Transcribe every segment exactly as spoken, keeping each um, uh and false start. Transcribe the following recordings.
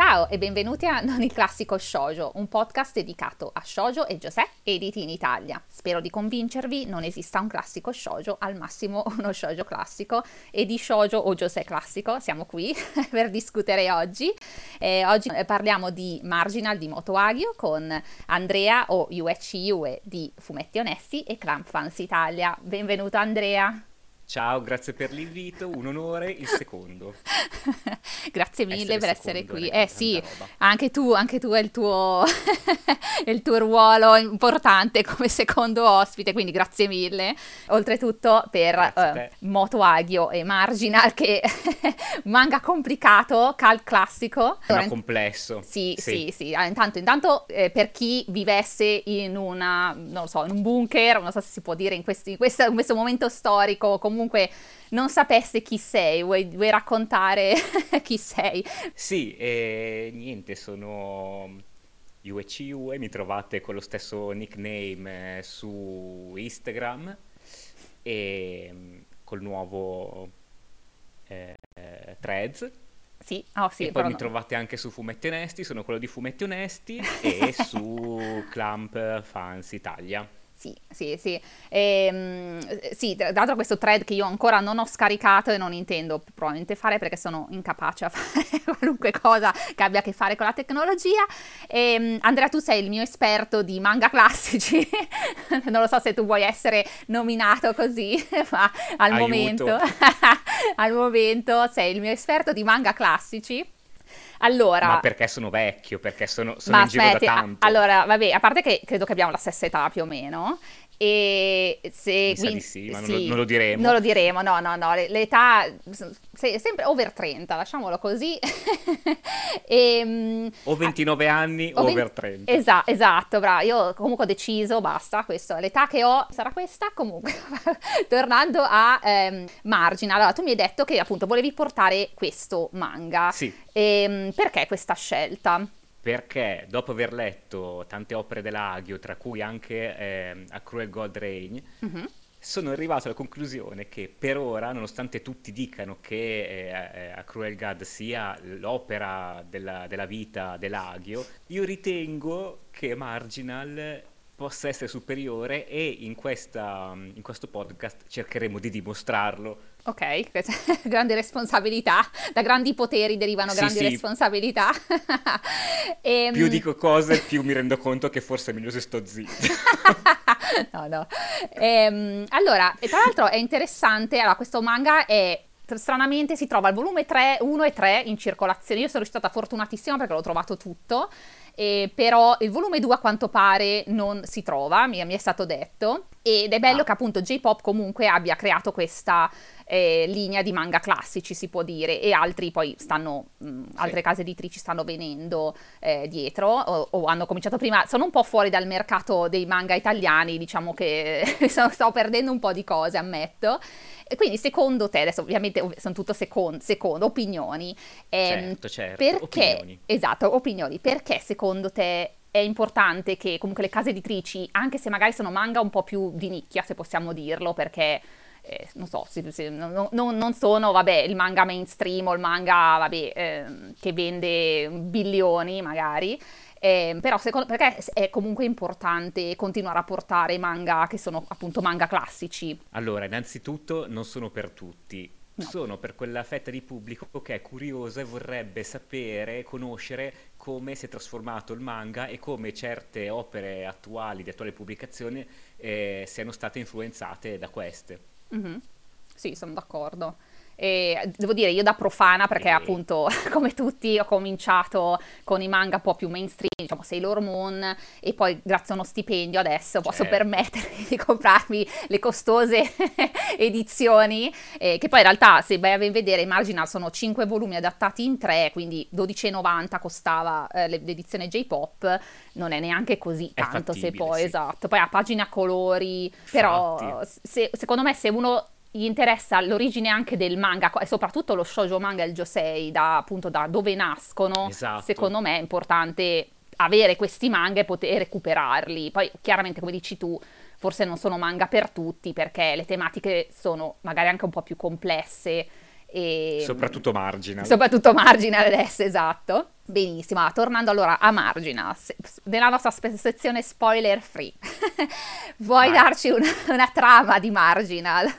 Ciao e benvenuti a Non il classico shoujo, un podcast dedicato a shoujo e josei editi in Italia. Spero di convincervi, non esista un classico shoujo, al massimo uno shoujo classico, e di shoujo o josei classico siamo qui per discutere oggi. Eh, oggi parliamo di Marginal di Moto Hagio con Andrea o Yuichi Yue di Fumetti Onesti e Clamp Fans Italia. Benvenuto Andrea. Ciao, grazie per l'invito, un onore, il secondo. Grazie mille Essere per essere secondo, qui. raga, Eh sì, tanta roba. anche tu, anche tu hai il tuo, il tuo ruolo importante come secondo ospite, quindi grazie mille. Oltretutto per Grazie a eh, te. Moto Hagio e Marginal, che manga complicato, cult classico. Ma Allora, complesso. sì, Sì. sì, sì. Ah, intanto, intanto eh, per chi vivesse in una, non lo so, in un bunker, non so se si può dire in, questi, in, questa- in questo momento storico, comunque non sapesse chi sei, vuoi, vuoi raccontare chi sei? Sì, e niente, sono Yuichi Yue, mi trovate con lo stesso nickname eh, su Instagram e mm, col nuovo eh, Threads. Sì, oh E sì, poi però mi no. trovate anche su Fumetti Onesti, sono quello di Fumetti Onesti e su Clamp Fans Italia. Sì, sì, sì. Ehm, sì, tra l'altro questo thread che io ancora non ho scaricato e non intendo probabilmente fare perché sono incapace a fare qualunque cosa che abbia a che fare con la tecnologia. Ehm, Andrea, tu sei il mio esperto di manga classici, non lo so se tu vuoi essere nominato così, ma al Aiuto. momento, al momento sei il mio esperto di manga classici. Ma Allora, perché sono vecchio? Perché sono, sono ma in giro da aspetti, a- tanto? allora, vabbè, a parte che credo che abbiamo la stessa età più o meno, e se Mi sa di quindi sì, ma non lo, non sì, lo non diremo. lo diremo, no, no, no, le- l'età se- sempre over trenta, lasciamolo così. E, mm, O ah, ventinove anni ho o venti over trenta. esa- esatto, bravo, io comunque ho deciso, basta, questo, l'età che ho sarà questa, comunque, tornando a ehm, Margina, allora tu mi hai detto che appunto volevi portare questo manga, Sì, Ehm, perché questa scelta? perché dopo aver letto tante opere dell'Agio, tra cui anche ehm, A Cruel Gold Rain, Mhm. sono arrivato alla conclusione che per ora, nonostante tutti dicano che eh, eh, A Cruel God sia l'opera della, della vita dell'Agio, io ritengo che Marginal possa essere superiore e in questa, in questo podcast cercheremo di dimostrarlo. Ok, questa è grande responsabilità, da grandi poteri derivano Sì, grandi sì, responsabilità. più Ehm, dico cose, più mi rendo conto che forse è meglio se sto zitto. No, no. Ehm, allora, e tra l'altro è interessante, allora, questo manga è, stranamente si trova il volume tre, uno e tre in circolazione, io sono stata fortunatissima perché l'ho trovato tutto, eh, però il volume due a quanto pare non si trova, mi, mi è stato detto, ed è bello Ah, che appunto J-Pop comunque abbia creato questa eh, linea di manga classici, si può dire, e altri poi stanno, mh, sì. altre case editrici stanno venendo eh, dietro o, o hanno cominciato prima, sono un po' fuori dal mercato dei manga italiani, diciamo che sto, sto perdendo un po' di cose, ammetto. E quindi secondo te, adesso ovviamente ov- sono tutto secon- secondo, opinioni, ehm, Certo, certo, perché, opinioni. esatto, opinioni, perché secondo te è importante che comunque le case editrici, anche se magari sono manga un po' più di nicchia, se possiamo dirlo, perché eh, non so, si- si- non, non- non sono, vabbè, il manga mainstream o il manga, vabbè, ehm, che vende bilioni magari, ehm, però secondo, perché è comunque importante continuare a portare manga che sono appunto manga classici? Allora, innanzitutto non sono per tutti, No. sono per quella fetta di pubblico che è curiosa e vorrebbe sapere, conoscere come si è trasformato il manga e come certe opere attuali, di attuale pubblicazione, eh, siano state influenzate da queste. Mhm. Sì, sono d'accordo. E devo dire, io da profana, perché E appunto, come tutti, ho cominciato con i manga un po' più mainstream, diciamo Sailor Moon, e poi grazie a uno stipendio adesso posso certo, permettermi di comprarmi le costose edizioni, eh, che poi in realtà, se vai a ben vedere, Marginal sono cinque volumi adattati in tre, quindi dodici e novanta costava eh, l'edizione J-Pop, non è neanche così è tanto se fattibile, poi, sì. esatto, poi a pagina a colori, Infatti, però se- secondo me se uno gli interessa l'origine anche del manga e soprattutto lo shoujo manga e il josei, da, appunto da dove nascono, esatto. secondo me è importante avere questi manga e poter recuperarli. Poi chiaramente come dici tu, forse non sono manga per tutti perché le tematiche sono magari anche un po' più complesse e Soprattutto Marginal. soprattutto marginal adesso, esatto. Benissimo, ah, tornando allora a Marginal, se- nella nostra spe- sezione spoiler free, vuoi Vai. darci una, una trama di Marginal?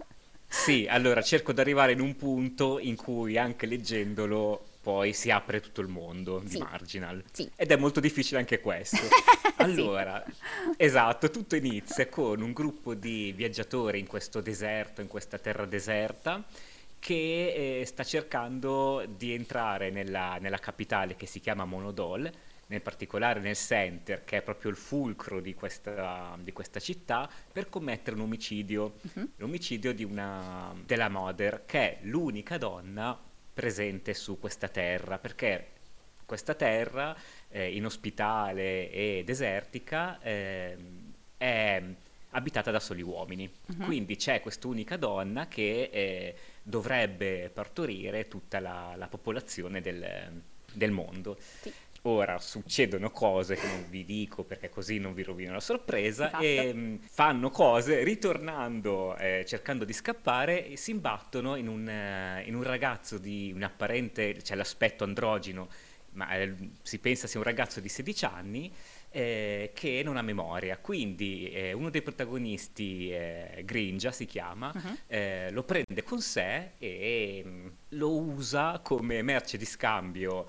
Sì, allora cerco di arrivare in un punto in cui anche leggendolo poi si apre tutto il mondo di Sì, Marginal. sì. Ed è molto difficile anche questo. Sì. Allora, esatto, tutto inizia con un gruppo di viaggiatori in questo deserto, in questa terra deserta, che eh, sta cercando di entrare nella, nella capitale che si chiama Monodol, nel particolare nel center, che è proprio il fulcro di questa, di questa città, per commettere un omicidio, Mhm. l'omicidio di una, della Mother, che è l'unica donna presente su questa terra, perché questa terra, eh, inospitale e desertica, ehm, è abitata da soli uomini. Mhm. Quindi c'è quest'unica donna che eh, dovrebbe partorire tutta la, la popolazione del, del mondo. Sì, Ora succedono cose che non vi dico perché così non vi rovino la sorpresa esatto. e mh, fanno cose ritornando, eh, cercando di scappare, e si imbattono in un, eh, in un ragazzo di un apparente, cioè l'aspetto androgino, ma eh, si pensa sia un ragazzo di sedici anni eh, che non ha memoria. Quindi eh, uno dei protagonisti, eh, Gringia si chiama, Mhm. eh, lo prende con sé e mh, lo usa come merce di scambio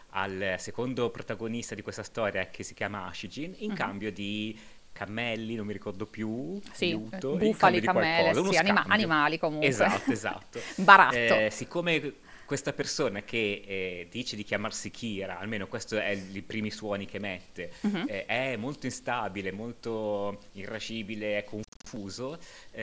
al secondo protagonista di questa storia che si chiama Ashigin in Mhm. cambio di cammelli, non mi ricordo più, Sì, eh, aiuto, in bufali, cambio di cammelle, qualcosa, uno sì, anima- scambio. animali comunque. Esatto, esatto. Baratto. Eh, siccome questa persona che eh, dice di chiamarsi Kira, almeno questo è i primi suoni che mette, Mhm. eh, è molto instabile, molto irascibile, è confuso,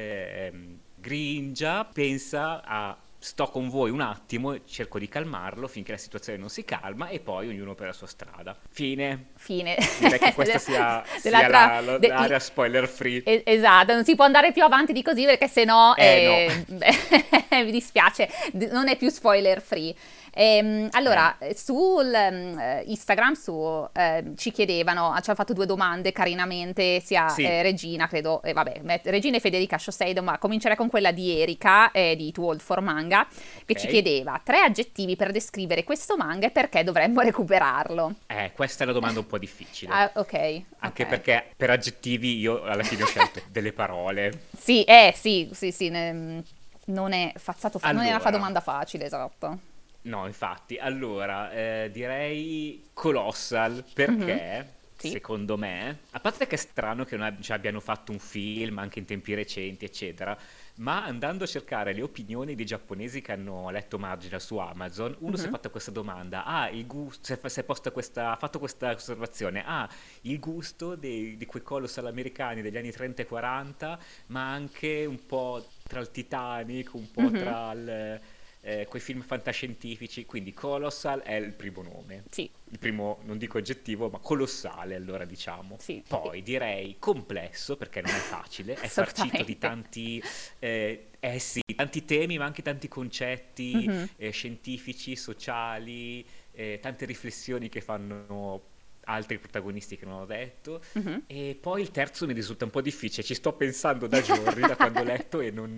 ehm, Gringia pensa a sto con voi un attimo, cerco di calmarlo finché la situazione non si calma e poi ognuno per la sua strada. Fine. Fine. Direi che questa sia, Della sia tra- la- la- de- l'area spoiler free. Es- Esatto, non si può andare più avanti di così perché sennò Eh eh, no, beh, mi dispiace, d- non è più spoiler free. Ehm, eh, allora, eh, sul ehm, eh, Instagram su, ehm, ci chiedevano, ci hanno fatto due domande carinamente, sia eh, sì, Regina, credo, eh, vabbè, met- Regina e Federica Scioseido, ma comincerei con quella di Erika, eh, di Too Old for Manga, che ci ok. chiedeva tre aggettivi per descrivere questo manga e perché dovremmo recuperarlo. Eh, questa è la domanda un po' difficile, Ah, ok, anche ok. perché per aggettivi io alla fine ho scelto delle parole. Sì, eh, sì, sì, sì, ne- non è, fazzato, non è una fa- Allora, domanda facile, esatto. no, infatti, allora eh, direi Colossal Mhm. perché, Sì. secondo me, a parte che è strano che non ab- cioè, abbiano fatto un film anche in tempi recenti, eccetera, ma andando a cercare le opinioni dei giapponesi che hanno letto Marginal su Amazon, uno si è Mhm. fatto questa domanda, ah, il gusto, si è, si è posta questa, ha fatto questa osservazione, ah, il gusto dei- di quei colossal americani degli anni trenta e quaranta, ma anche un po' tra il Titanic, un po' Mhm. tra il eh, quei film fantascientifici, quindi Colossal è il primo nome, Sì, il primo, non dico aggettivo, ma colossale allora diciamo. sì, sì, Poi direi complesso, perché non è facile, è farcito di assolutamente. tanti, eh, eh sì, tanti temi, ma anche tanti concetti Mhm. eh, scientifici, sociali, eh, tante riflessioni che fanno altri protagonisti che non ho detto. Mhm. E poi il terzo mi risulta un po' difficile, ci sto pensando da giorni, da quando ho letto e non...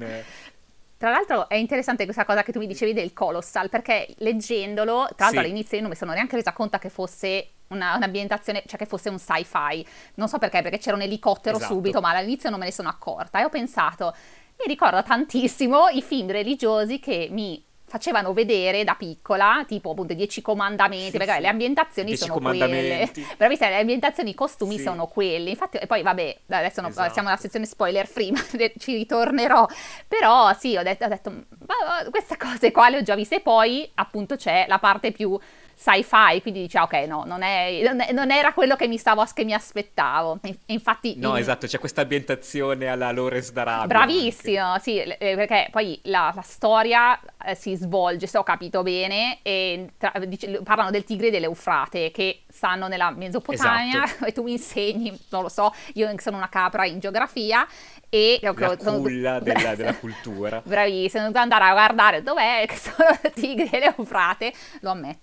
Tra l'altro è interessante questa cosa che tu mi dicevi del Colossal, perché leggendolo, tra l'altro Sì, all'inizio io non mi sono neanche resa conto che fosse una- un'ambientazione, cioè che fosse un sci-fi. Non so perché, perché c'era un elicottero subito, esatto. ma all'inizio non me ne sono accorta. E ho pensato, mi ricorda tantissimo i film religiosi che mi facevano vedere da piccola, tipo appunto i Dieci Comandamenti, Sì, perché le sì. I ambientazioni Dieci sono quelle. Comandamenti. Bravissima, le ambientazioni, i costumi Sì, sono quelli. Infatti, e poi vabbè, adesso no- siamo alla esatto. sezione spoiler free, ma ci ritornerò. Però sì, ho detto, ho detto "Ma- ma queste cose qua le ho già viste. E poi appunto c'è la parte più sci-fi, quindi dice ok, no, non, è, non, è- non era quello che mi stavo, che mi aspettavo. E- infatti No, il, esatto, c'è questa ambientazione alla Lawrence d'Arabia anche. bravissimo, sì, eh, perché poi la, la storia eh, si svolge, se ho capito bene, e tra- dice- parlano del Tigre e dell'Eufrate che stanno nella Mesopotamia Esatto, e tu mi insegni, non lo so, io sono una capra in geografia e la sono, culla della, della cultura. bravissimo, sono dovuta andare a guardare dov'è che sono Tigre e l'Eufrate, lo ammetto, e quindi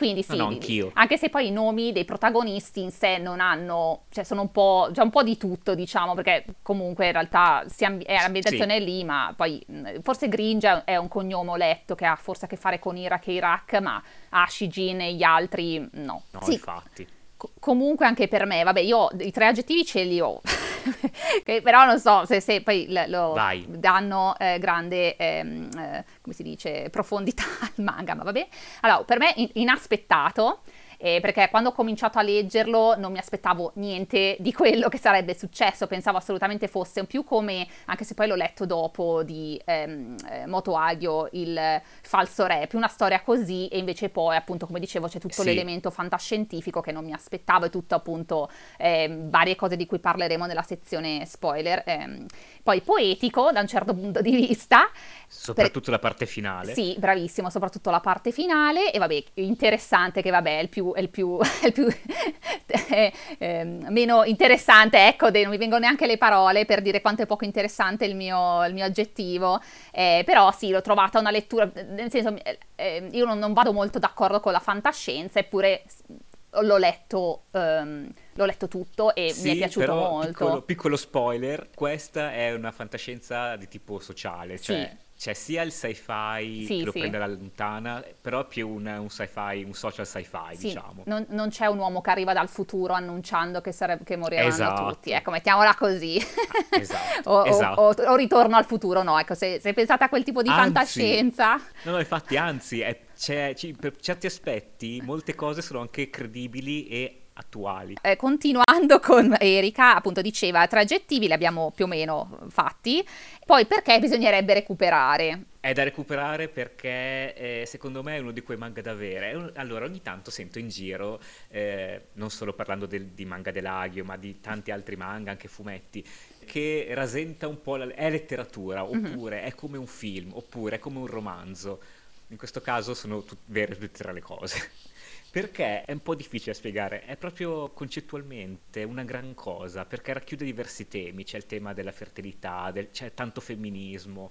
quindi sì, No, no, anch'io. anche se poi i nomi dei protagonisti in sé non hanno, cioè sono un po', c'è un po' di tutto, diciamo, perché comunque in realtà si ambi- è l'ambientazione Sì. lì, ma poi mh, forse Grinja è un cognome ho letto che ha forse a che fare con Iraq e Iraq, ma Ashijin e gli altri no. No, Sì, infatti. co- comunque anche per me, vabbè, io i tre aggettivi ce li ho, che però non so se, se poi l- lo Vai. danno eh, grande, ehm, eh, come si dice, profondità al manga, ma vabbè. Allora, per me in- inaspettato, eh, perché quando ho cominciato a leggerlo non mi aspettavo niente di quello che sarebbe successo, pensavo assolutamente fosse più come, anche se poi l'ho letto dopo, di ehm, eh, Moto Hagio, il falso re, più una storia così, e invece poi appunto come dicevo c'è tutto Sì. l'elemento fantascientifico che non mi aspettavo e tutto appunto ehm, varie cose di cui parleremo nella sezione spoiler, ehm, poi poetico da un certo punto di vista. Soprattutto la parte finale. Sì, bravissimo, soprattutto la parte finale, e vabbè, interessante che vabbè è il più, è il più, è il più eh, ehm, meno interessante, ecco, dei- non mi vengono neanche le parole per dire quanto è poco interessante il mio, il mio aggettivo, eh, però sì, l'ho trovata una lettura, nel senso, eh, eh, io non, non vado molto d'accordo con la fantascienza, eppure s- l'ho letto, ehm, l'ho letto tutto e mi è Sì, piaciuto però molto. piccolo, piccolo spoiler, questa è una fantascienza di tipo sociale, cioè Sì. c'è sia il sci-fi Sì, che lo sì. prende alla lontana, però è più un, un sci-fi, un social sci-fi, Sì, diciamo. non, non c'è un uomo che arriva dal futuro annunciando che, sareb- che moriranno Esatto. tutti, ecco, mettiamola così. Esatto, o, o- esatto. o- o ritorno al futuro, no, ecco, se, se pensate a quel tipo di Anzi, fantascienza. no, no, infatti, anzi, è- c'è- ci- per certi aspetti molte cose sono anche credibili e attuali. Eh, continuando con Erika, appunto diceva, tre aggettivi li abbiamo più o meno fatti, poi perché bisognerebbe recuperare? È da recuperare perché eh, secondo me è uno di quei manga da avere. È un- Allora, ogni tanto sento in giro, eh, non solo parlando del- di manga dell'Agio, ma di tanti altri manga, anche fumetti, che rasenta un po' la... è letteratura, oppure è come un film, oppure è come un romanzo. In questo caso sono tut- vere tutte e tre le cose. Perché è un po' difficile da spiegare, è proprio concettualmente una gran cosa, perché racchiude diversi temi, c'è il tema della fertilità, del- c'è tanto femminismo,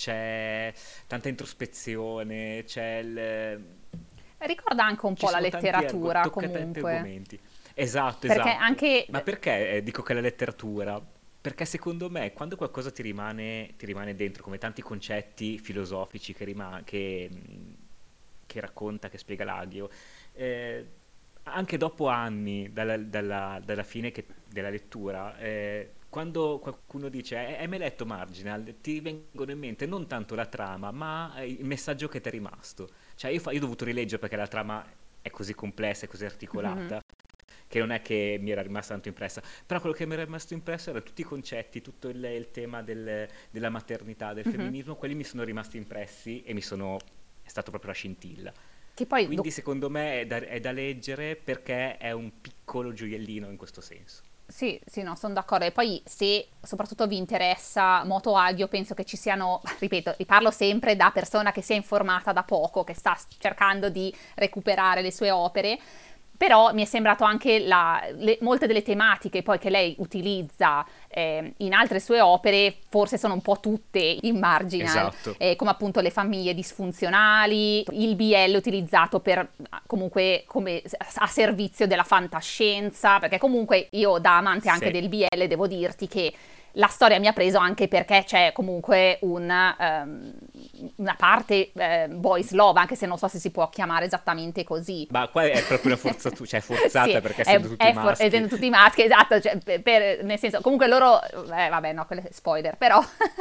c'è tanta introspezione, c'è il... Ricorda anche un ci po' la sono tanti argo- letteratura tocca tanti comunque, argomenti. Esatto, perché esatto. anche... Ma perché eh, dico che la letteratura? Perché secondo me quando qualcosa ti rimane, ti rimane dentro, come tanti concetti filosofici che, rima- che, mh, che racconta, che spiega l'Agio, eh, anche dopo anni dalla, dalla- dalla fine che- della lettura, eh, quando qualcuno dice "Eh, hai mai letto Marginal?", ti vengono in mente non tanto la trama, ma eh, il messaggio che ti è rimasto. Cioè io, fa- io ho dovuto rileggere perché la trama è così complessa e così articolata, che non è che mi era rimasta tanto impressa, però quello che mi era rimasto impresso erano tutti i concetti, tutto il, il tema del- della maternità, del Mhm. femminismo, quelli mi sono rimasti impressi e mi sono... è stato proprio la scintilla. Che poi do- Quindi secondo me è da, è da leggere perché è un piccolo gioiellino in questo senso. Sì, sì, no, sono d'accordo. E poi se soprattutto vi interessa Moto Hagio, penso che ci siano, ripeto, vi parlo sempre da persona che si è informata da poco, che sta cercando di recuperare le sue opere, però mi è sembrato anche la, le- molte delle tematiche poi che lei utilizza eh, in altre sue opere, forse sono un po' tutte in marginal, Esatto. eh, come appunto le famiglie disfunzionali, il B L utilizzato per comunque come a servizio della fantascienza, perché comunque io da amante anche Sì. del B L devo dirti che la storia mi ha preso anche perché c'è comunque un, ehm, una parte eh, boys love, anche se non so se si può chiamare esattamente così. Ma qua è proprio una forzatura, cioè forzata Sì, perché è, essendo tutti è for- maschi. essendo tutti maschi, esatto, cioè, per, per- nel senso, comunque loro, eh, vabbè no, quelle spoiler, però,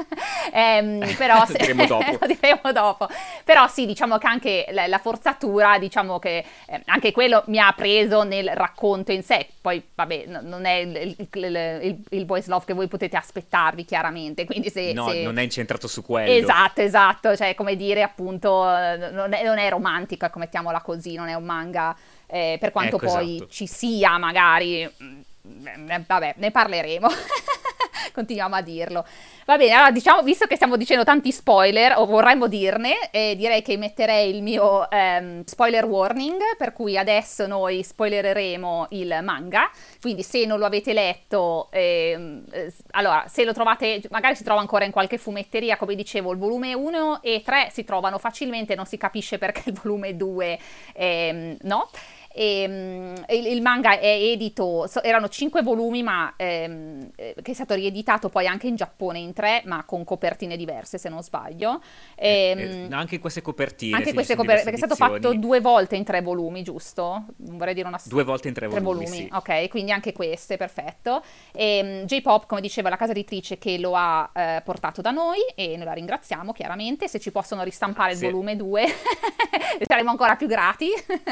ehm, però Lo diremo dopo. lo diremo dopo, però sì, diciamo che anche la, la forzatura, diciamo che eh, anche quello mi ha preso nel racconto in sé, poi vabbè, no- non è il, il, il- il- il boys love che voi potete aspettarvi chiaramente, quindi se... No, se- non è incentrato su quello. Esatto, esatto, cioè come dire appunto eh, non è, non è romantica, ecco, mettiamola così, non è un manga eh, per quanto Ecco, poi esatto. ci sia magari, mm, eh, vabbè, ne parleremo. continuiamo a dirlo. Va bene, allora diciamo, visto che stiamo dicendo tanti spoiler, o vorremmo dirne, eh, direi che metterei il mio ehm, spoiler warning, per cui adesso noi spoilereremo il manga, quindi se non lo avete letto, ehm, eh, allora se lo trovate, magari si trova ancora in qualche fumetteria, come dicevo, il volume uno e tre si trovano facilmente, non si capisce perché il volume due ehm, no. E, um, il, il manga è edito, so, erano cinque volumi, ma ehm, che è stato rieditato poi anche in Giappone in tre, ma con copertine diverse se non sbaglio. E, eh, eh, anche queste copertine, anche sì, queste copertine, perché è stato fatto due volte in tre volumi, giusto? Non vorrei dire una due volte in tre, tre volumi, volumi. Sì. Ok, quindi anche queste, perfetto. E, um, J-Pop, come diceva, la casa editrice che lo ha eh, portato da noi, e noi la ringraziamo chiaramente. Se ci possono ristampare Grazie. il volume due saremo ancora più grati.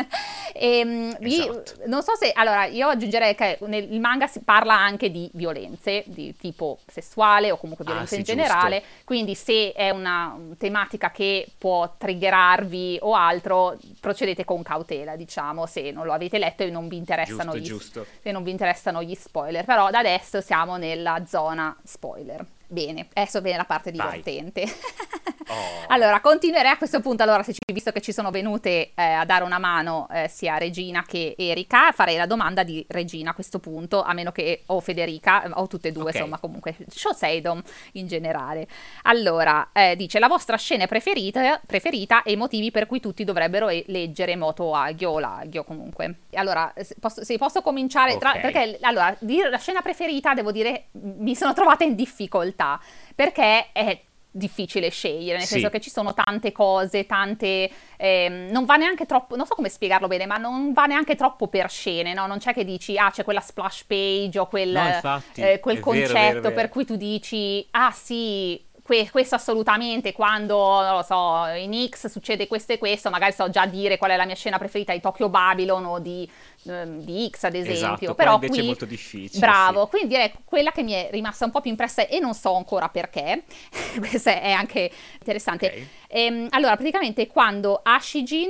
E, vi, esatto. Non so se, allora io aggiungerei che nel manga si parla anche di violenze di tipo sessuale o comunque violenze ah, in sì, generale, giusto. Quindi se è una tematica che può triggerarvi o altro, procedete con cautela, diciamo, se non lo avete letto e non vi interessano giusto, gli, giusto. se non vi interessano gli spoiler, però da adesso siamo nella zona spoiler. Bene, adesso viene la parte divertente. Oh. Allora, continuerei a questo punto, allora, se ci, visto che ci sono venute eh, a dare una mano eh, sia Regina che Erika, farei la domanda di Regina a questo punto, a meno che, o Federica, o tutte e due, okay. Insomma, comunque, Shoseidon in generale. Allora, eh, dice, la vostra scena preferita, preferita e i motivi per cui tutti dovrebbero e- leggere Moto Hagio o Lagio, comunque. Allora, se posso, se posso cominciare, tra, okay. perché, allora, dire la scena preferita, devo dire, mi sono trovata in difficoltà, perché è difficile scegliere, nel sì. senso che ci sono tante cose, tante ehm, non va neanche troppo, non so come spiegarlo bene, ma non va neanche troppo per scene, no? Non c'è che dici ah c'è quella splash page o quel, no, infatti, eh, quel concetto vero, vero, vero. per cui tu dici ah sì, que- questo assolutamente, quando non lo so in X succede questo e questo, magari so già dire qual è la mia scena preferita di Tokyo Babylon o di di X ad esempio, esatto, però invece qui è molto difficile. Bravo, sì. quindi direi quella che mi è rimasta un po' più impressa e non so ancora perché, questo è anche interessante. Okay. Ehm, allora, praticamente quando Ashijin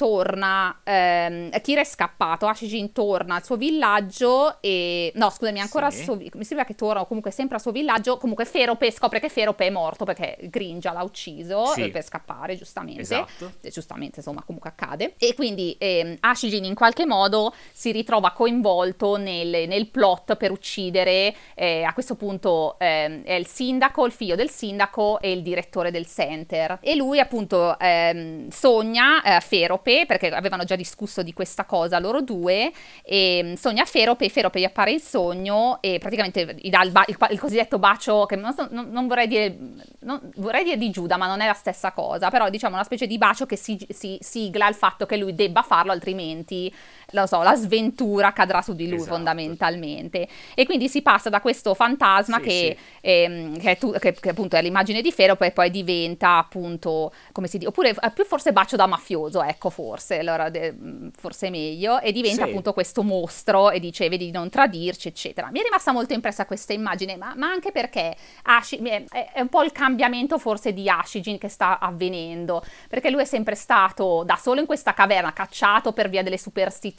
torna, ehm, Kira è scappato, Ashijin torna al suo villaggio e, no scusami, ancora sì. al suo, mi sembra che torna comunque sempre al suo villaggio, comunque Ferope scopre che Ferope è morto perché Grinja l'ha ucciso sì. per scappare, giustamente, esatto. e, giustamente insomma comunque accade, e quindi ehm, Ashijin in qualche modo si ritrova coinvolto nel, nel plot per uccidere, eh, a questo punto eh, è il sindaco, il figlio del sindaco e il direttore del center, e lui appunto ehm, sogna eh, Ferope, perché avevano già discusso di questa cosa loro due, e sogna Ferope, e Ferope gli appare il sogno e praticamente gli dà il, ba- il, il cosiddetto bacio, che non, so, non, non vorrei dire non, vorrei dire di Giuda, ma non è la stessa cosa, però diciamo una specie di bacio che si, si sigla il fatto che lui debba farlo, altrimenti lo so, la sventura cadrà su di lui, esatto. fondamentalmente, e quindi si passa da questo fantasma sì, che, sì. Ehm, che, è tu, che, che appunto è l'immagine di Ferope e poi diventa appunto, come si dice, oppure più forse bacio da mafioso, ecco, forse allora de, forse è meglio, e diventa sì. appunto questo mostro e dice vedi di non tradirci eccetera. Mi è rimasta molto impressa questa immagine, ma, ma anche perché Ashi, è, è un po' il cambiamento forse di Ashijin che sta avvenendo, perché lui è sempre stato da solo in questa caverna, cacciato per via delle superstizioni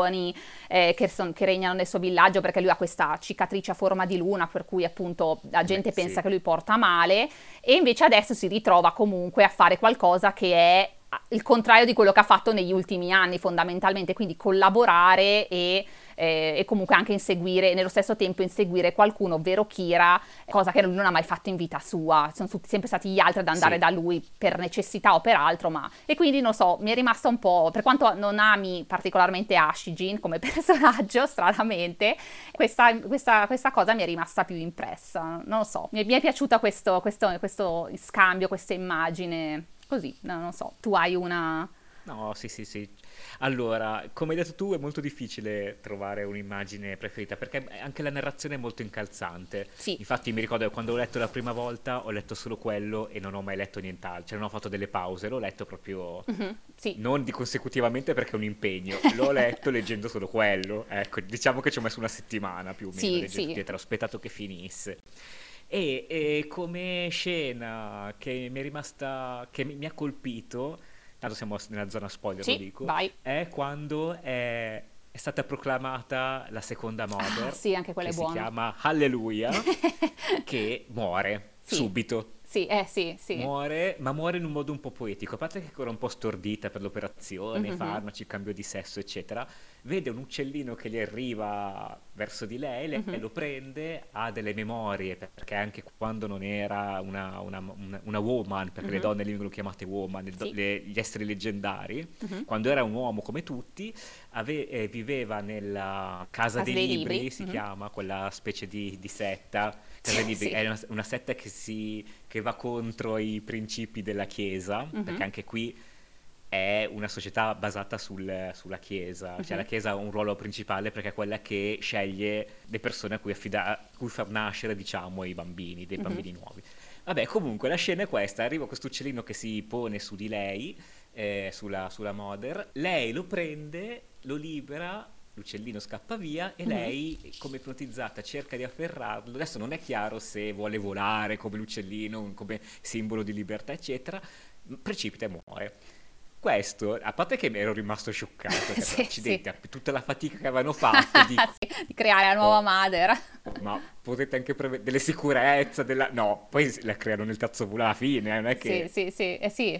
eh, che, son, che regnano nel suo villaggio, perché lui ha questa cicatrice a forma di luna, per cui appunto la gente Beh, pensa sì. che lui porta male, e invece adesso si ritrova comunque a fare qualcosa che è il contrario di quello che ha fatto negli ultimi anni fondamentalmente, quindi collaborare e Eh, e comunque anche inseguire, nello stesso tempo inseguire qualcuno, ovvero Kira, cosa che lui non ha mai fatto in vita sua, sono tutti, sempre stati gli altri ad andare sì. da lui per necessità o per altro, ma e quindi non so, mi è rimasta un po', per quanto non ami particolarmente Ashijin come personaggio, stranamente, questa, questa, questa cosa mi è rimasta più impressa, non lo so, mi è, mi è piaciuta questo, questo, questo scambio, questa immagine, così, no, non so, tu hai una... No, sì, sì, sì. Allora, come hai detto tu, è molto difficile trovare un'immagine preferita, perché anche la narrazione è molto incalzante. Sì. Infatti mi ricordo che quando l'ho letto la prima volta ho letto solo quello e non ho mai letto nient'altro, cioè non ho fatto delle pause, l'ho letto proprio mm-hmm, sì. non di consecutivamente perché è un impegno, l'ho letto leggendo solo quello, ecco, diciamo che ci ho messo una settimana più o meno sì, a sì. dietro, ho aspettato che finisse. E, e come scena che mi è rimasta, che mi, mi ha colpito, tanto siamo nella zona spoiler, sì, lo dico, vai. è quando è, è stata proclamata la seconda Mother, Ah, sì, anche quella che è si buona. chiama Alleluia, che muore Sì. subito. Sì, eh sì, sì. Muore, ma muore in un modo un po' poetico, a parte che è ancora un po' stordita per l'operazione, i Mhm. farmaci, il cambio di sesso, eccetera. Vede un uccellino che gli arriva verso di lei, lei Mhm. lo prende, ha delle memorie, perché anche quando non era una, una- una- una woman, perché le Mhm. donne lì vengono chiamate woman, le do- Sì. le- gli esseri leggendari, Mhm. quando era un uomo come tutti, ave- eh, viveva nella Casa Casa dei dei Libri, libri. si Mhm. chiama, quella specie di, di setta. Casa dei Libri Sì. è una, una setta che, si, che va contro i principi della Chiesa, Mhm. perché anche qui è una società basata sul- sulla Chiesa, cioè Mhm. la Chiesa ha un ruolo principale perché è quella che sceglie le persone a cui, affida- a cui far nascere, diciamo, i bambini, dei Mhm. bambini nuovi. Vabbè, comunque la scena è questa, arriva questo uccellino che si pone su di lei, eh, sulla, sulla Mother, lei lo prende, lo libera, l'uccellino scappa via e Mhm. lei, come ipnotizzata, cerca di afferrarlo. Adesso non è chiaro se vuole volare come l'uccellino, come simbolo di libertà, eccetera, precipita e muore. Questo, a parte che mi ero rimasto scioccato, perché Sì, accidenti, sì. tutta la fatica che avevano fatto di... Sì, di creare la nuova Mother. Ma potete anche prevedere delle sicurezze, della... no, poi la creano nel cazzo alla fine, non è Sì, che... sì, sì, eh sì.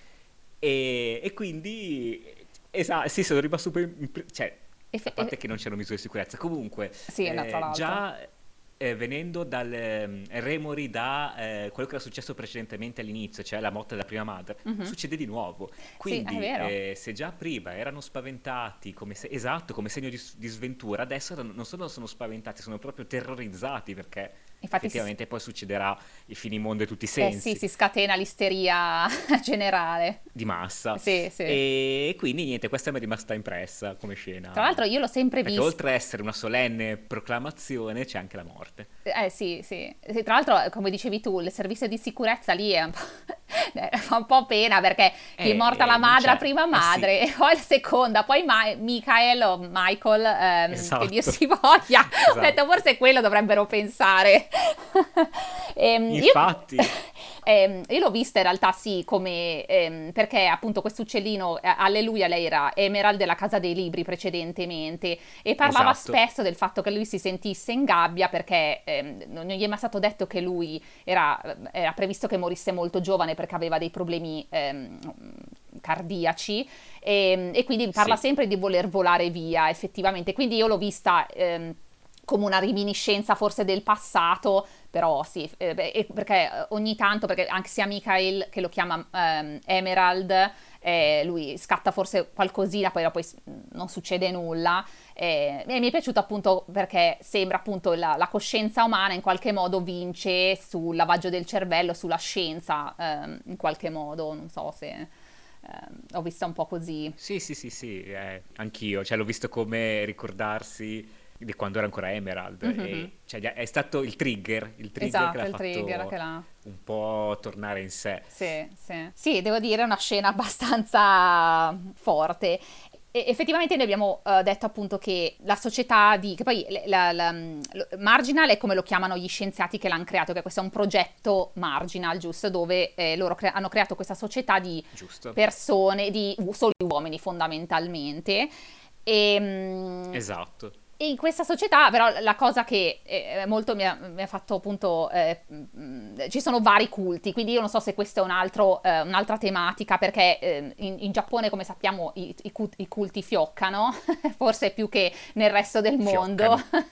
E, e quindi, esatto, sì, sono rimasto super... impre- cioè, Effe- a parte e- che non c'erano misure di sicurezza, comunque, Sì, no, tra eh, l'altro. già eh, venendo dal ehm, remori da eh, quello che era successo precedentemente all'inizio, cioè la morte della prima madre, Mhm. succede di nuovo. Sì, è Quindi, vero. eh, se già prima erano spaventati, come se- esatto, come segno di, di sventura, adesso non non solo sono spaventati, sono proprio terrorizzati perché Infatti si, effettivamente poi succederà il finimondo in tutti i eh sì, sensi. si scatena l'isteria generale. Di massa. Sì, sì. E quindi niente, questa mi è rimasta impressa come Tra scena. l'altro io l'ho sempre Perché vista. oltre a essere una solenne proclamazione, c'è anche la morte. Eh sì, sì. Sì, tra l'altro, come dicevi tu, il servizio di sicurezza lì è un po'... eh, fa un po' pena perché gli è morta Eh, la non madre, la c'è. prima Eh sì, madre, e poi la seconda, poi Ma- Michael o Michael, ehm, che Dio esatto, si voglia. Ho detto, esatto. forse quello dovrebbero pensare. Ehm, io, Infatti, ehm, io l'ho vista in realtà sì, come, ehm, perché appunto questo uccellino, eh, Alleluia, lei era Emerald della Casa dei Libri precedentemente e parlava esatto, spesso del fatto che lui si sentisse in gabbia perché ehm, non gli è mai stato detto che lui era, era previsto che morisse molto giovane perché aveva dei problemi ehm, cardiaci e, e quindi parla sì, sempre di voler volare via effettivamente, quindi io l'ho vista ehm, come una reminiscenza forse del passato, però sì, eh, beh, e perché ogni tanto, perché anche sia Michael che lo chiama ehm, Emerald, eh, lui scatta forse qualcosina, poi dopo is- non succede nulla, eh, e mi è piaciuto appunto perché sembra appunto la, la coscienza umana in qualche modo vince sul lavaggio del cervello, sulla scienza, ehm, in qualche modo, non so se ehm, ho vista un po' così. sì, sì, sì, sì, eh, anch'io, cioè l'ho visto come ricordarsi di quando era ancora Emerald Mhm. e cioè, gli ha- è stato il trigger, il trigger che Esatto, l'ha il trigger che fatto l'ha... un po' tornare in sé. Sì, sì. Sì, devo dire è una scena abbastanza forte. E effettivamente noi abbiamo eh, detto appunto che la società di... che poi la, la- lo- Marginal è come lo chiamano gli scienziati che l'hanno creato, che questo è un progetto Marginal, giusto, dove eh, loro cre- hanno creato questa società di Giusto? persone, di u- solo uomini fondamentalmente. E, mm, Esatto. e in questa società, però, la cosa che eh, molto mi ha, mi ha fatto appunto, eh, mh, ci sono vari culti, quindi io non so se questa è un altro, eh, un'altra tematica, perché eh, in, in Giappone, come sappiamo, i, i cu- i culti fioccano, forse più che nel resto del mondo, Fioccano.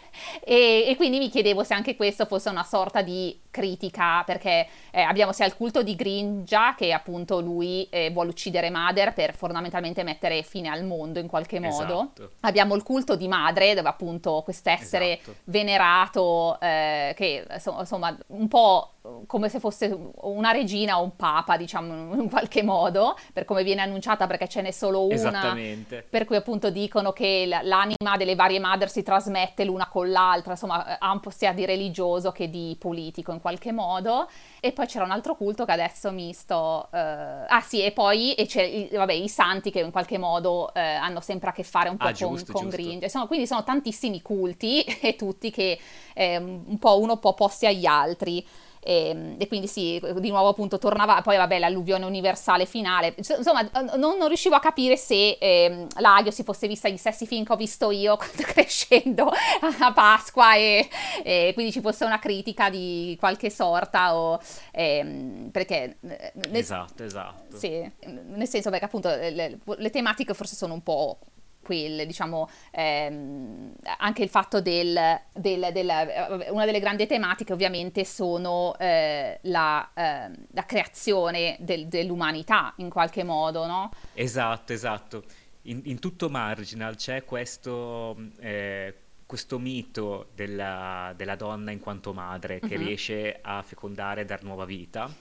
e, e quindi mi chiedevo se anche questo fosse una sorta di critica, perché eh, abbiamo sia il culto di Grinja, che appunto lui eh, vuole uccidere Mother per fondamentalmente mettere fine al mondo in qualche modo. Esatto, Abbiamo il culto di Madre, dove appunto quest'essere esatto. venerato, eh, che insomma, insomma, un po' come se fosse una regina o un papa, diciamo in qualche modo, per come viene annunciata, perché ce n'è solo una, Esattamente. per cui appunto dicono che l- l'anima delle varie Mother si trasmette l'una con l'altra, insomma ha un po' sia di religioso che di politico in qualche modo. E poi c'era un altro culto che adesso mi sto... eh, ah sì, e poi e c'è, i- vabbè, i santi che in qualche modo eh, hanno sempre a che fare un po' Ah, con, giusto, con giusto. Gringe. Insomma, quindi sono tantissimi culti e tutti che eh, un po' uno po' opposti agli altri. e, e quindi sì, di nuovo appunto tornava, poi vabbè l'alluvione universale finale, insomma non, non riuscivo a capire se eh, l'Agio si fosse vista gli stessi film che ho visto io quando crescendo a Pasqua e, e quindi ci fosse una critica di qualche sorta o ehm, perché nel, esatto esatto sì, nel senso perché appunto le, le tematiche forse sono un po' quelle, diciamo, ehm, anche il fatto del, del, del una delle grandi tematiche ovviamente sono eh, la, eh, la creazione del, dell'umanità in qualche modo, no? esatto esatto in, in tutto Marginal c'è questo eh, questo mito della, della donna in quanto madre che Mhm. riesce a fecondare e dar nuova vita.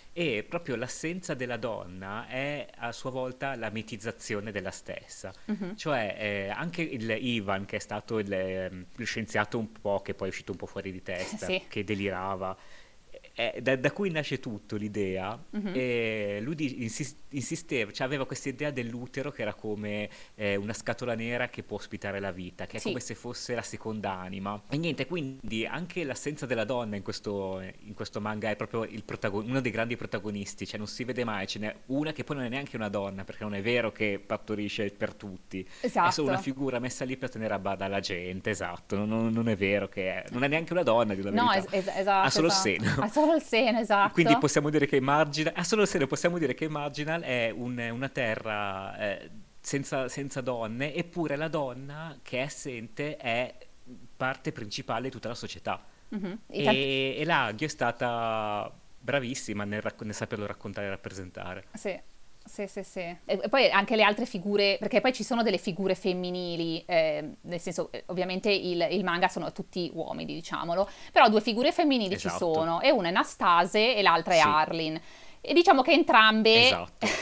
E proprio l'assenza della donna è a sua volta la mitizzazione della stessa. Mhm. Cioè, eh, anche il Ivan, che è stato il, ehm, lo scienziato un po', che poi è uscito un po' fuori di testa, Sì. che delirava, eh, da, da cui nasce tutto l'idea. Mhm. E lui di- insis- insisteva, cioè aveva questa idea dell'utero che era come eh, una scatola nera che può ospitare la vita, che è come Sì. se fosse la seconda anima. E niente, quindi anche l'assenza della donna in questo, in questo manga è proprio il protagon- uno dei grandi protagonisti, cioè non si vede mai, ce n'è una che poi non è neanche una donna, perché non è vero che partorisce per tutti, è solo una Esatto. figura messa lì per tenere a bada la gente, esatto, non, non- non è vero che è, non è neanche una donna, di la No, verità, es- es- ha esatto, solo il esatto. Ha seno. solo il seno, Quindi esatto. possiamo dire che Marginal, ah, solo se possiamo dire che Marginal è un- una terra eh, senza, senza donne, eppure la donna che è assente è parte principale di tutta la società. Mhm. I tanti- E, e l'Agio è stata bravissima nel, racco- nel saperlo raccontare e rappresentare. Sì, sì, sì, sì. E e poi anche le altre figure, perché poi ci sono delle figure femminili, eh, nel senso, eh, ovviamente il, il manga sono tutti uomini, diciamolo, però due figure femminili ci Esatto, sono, e una è Nastase e l'altra è sì, Arlene. E diciamo che entrambe esatto.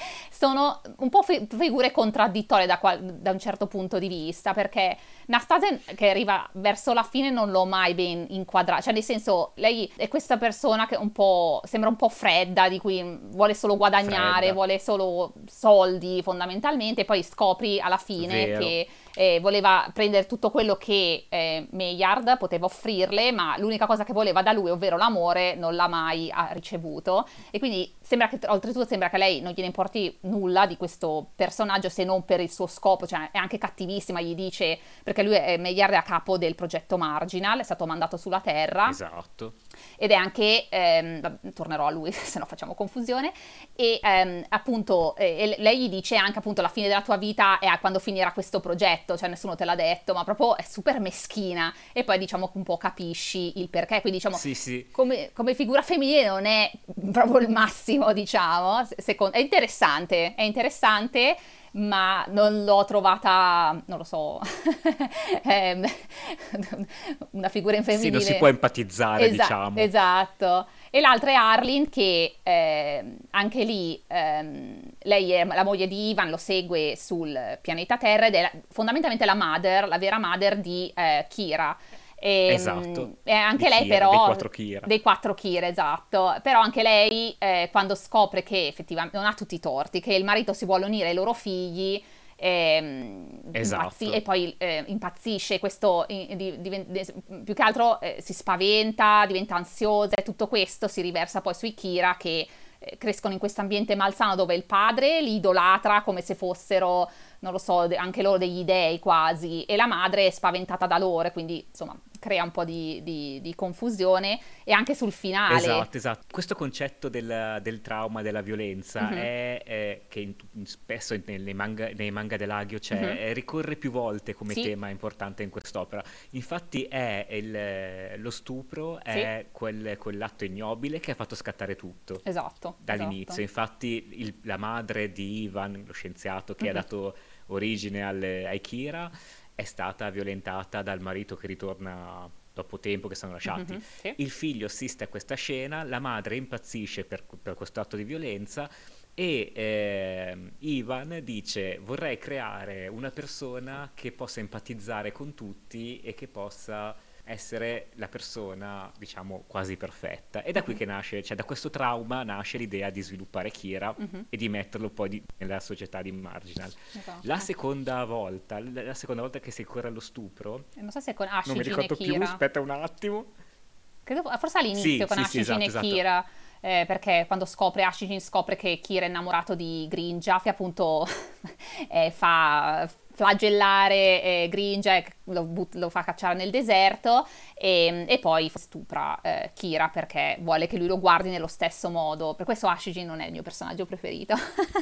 sono un po' fi- figure contraddittorie da, qual- da un certo punto di vista, perché Nastase, che arriva verso la fine, non l'ho mai ben inquadrata, cioè nel senso, lei è questa persona che un po' sembra un po' fredda, di cui vuole solo guadagnare, Fredda, vuole solo soldi fondamentalmente, e poi scopri alla fine vero. che eh, voleva prendere tutto quello che eh, Maillard poteva offrirle, ma l'unica cosa che voleva da lui, ovvero l'amore, non l'ha mai ah, ricevuto. E quindi sembra che, oltretutto, sembra che a lei non gliene importi nulla di questo personaggio se non per il suo scopo, cioè è anche cattivissima, gli dice, perché lui è Maillard è a capo del progetto Marginal, è stato mandato sulla Terra Esatto. ed è anche, ehm, tornerò a lui se no facciamo confusione, e ehm, appunto eh, lei gli dice anche appunto la fine della tua vita è a quando finirà questo progetto, cioè nessuno te l'ha detto, ma proprio è super meschina, e poi diciamo che un po' capisci il perché, quindi diciamo Sì, sì. come, come figura femminile non è proprio il massimo, diciamo, se- secondo, è interessante, è interessante, ma non l'ho trovata, non lo so, ehm, una figura in Sì, non si femminile. può empatizzare, Esa- diciamo. esatto. E l'altra è Arlene che ehm, anche lì ehm, lei è la moglie di Ivan, lo segue sul pianeta Terra ed è la- fondamentalmente la mother, la vera mother di eh, Kira. E, Esatto. e anche Di lei Kira, dei però, quattro Kira. dei quattro Kira, esatto, però anche lei eh, quando scopre che effettivamente non ha tutti i torti, che il marito si vuole unire ai loro figli, ehm, impazzi- Esatto. e poi eh, impazzisce, questo eh, di- diven- de- più che altro eh, si spaventa, diventa ansiosa, e tutto questo si riversa poi sui Kira che eh, crescono in questo ambiente malsano dove il padre li idolatra come se fossero, non lo so, de- anche loro degli dei quasi, e la madre è spaventata da loro, e quindi insomma crea un po' di, di- di confusione, e anche sul finale. Esatto, esatto. Questo concetto del, del trauma, della violenza, Mhm, è, è- che in- in- spesso in- nei manga, nei manga dell'Agio mhm. c'è, eh, ricorre più volte come Sì, tema importante in quest'opera. Infatti è il- lo stupro, sì, è quel, quell'atto ignobile che ha fatto scattare tutto esatto, dall'inizio. esatto. Infatti il- la madre di Ivan, lo scienziato che ha Mhm, dato origine alle- ai Kira, è stata violentata dal marito che ritorna dopo tempo che sono lasciati. mhm, sì. Il figlio assiste a questa scena, la madre impazzisce per, per questo atto di violenza e ehm, Ivan dice: vorrei creare una persona che possa empatizzare con tutti e che possa essere la persona, diciamo, quasi perfetta. E da qui Mhm, che nasce, cioè da questo trauma nasce l'idea di sviluppare Kira mhm, e di metterlo poi di- nella società di Marginal. La esatto. seconda volta, la seconda volta che si corre allo stupro, E non so se con non mi Ashigin e ricordo più, Kira. aspetta un attimo. credo, forse all'inizio Sì, con sì, sì, Ashijin esatto, e esatto. Kira, eh, perché quando scopre, Ashijin scopre che Kira è innamorato di Grinja, che appunto eh, fa flagellare eh, Grinja e lo, but- lo fa cacciare nel deserto e, e poi stupra eh, Kira perché vuole che lui lo guardi nello stesso modo. Per questo Ashijin non è il mio personaggio preferito.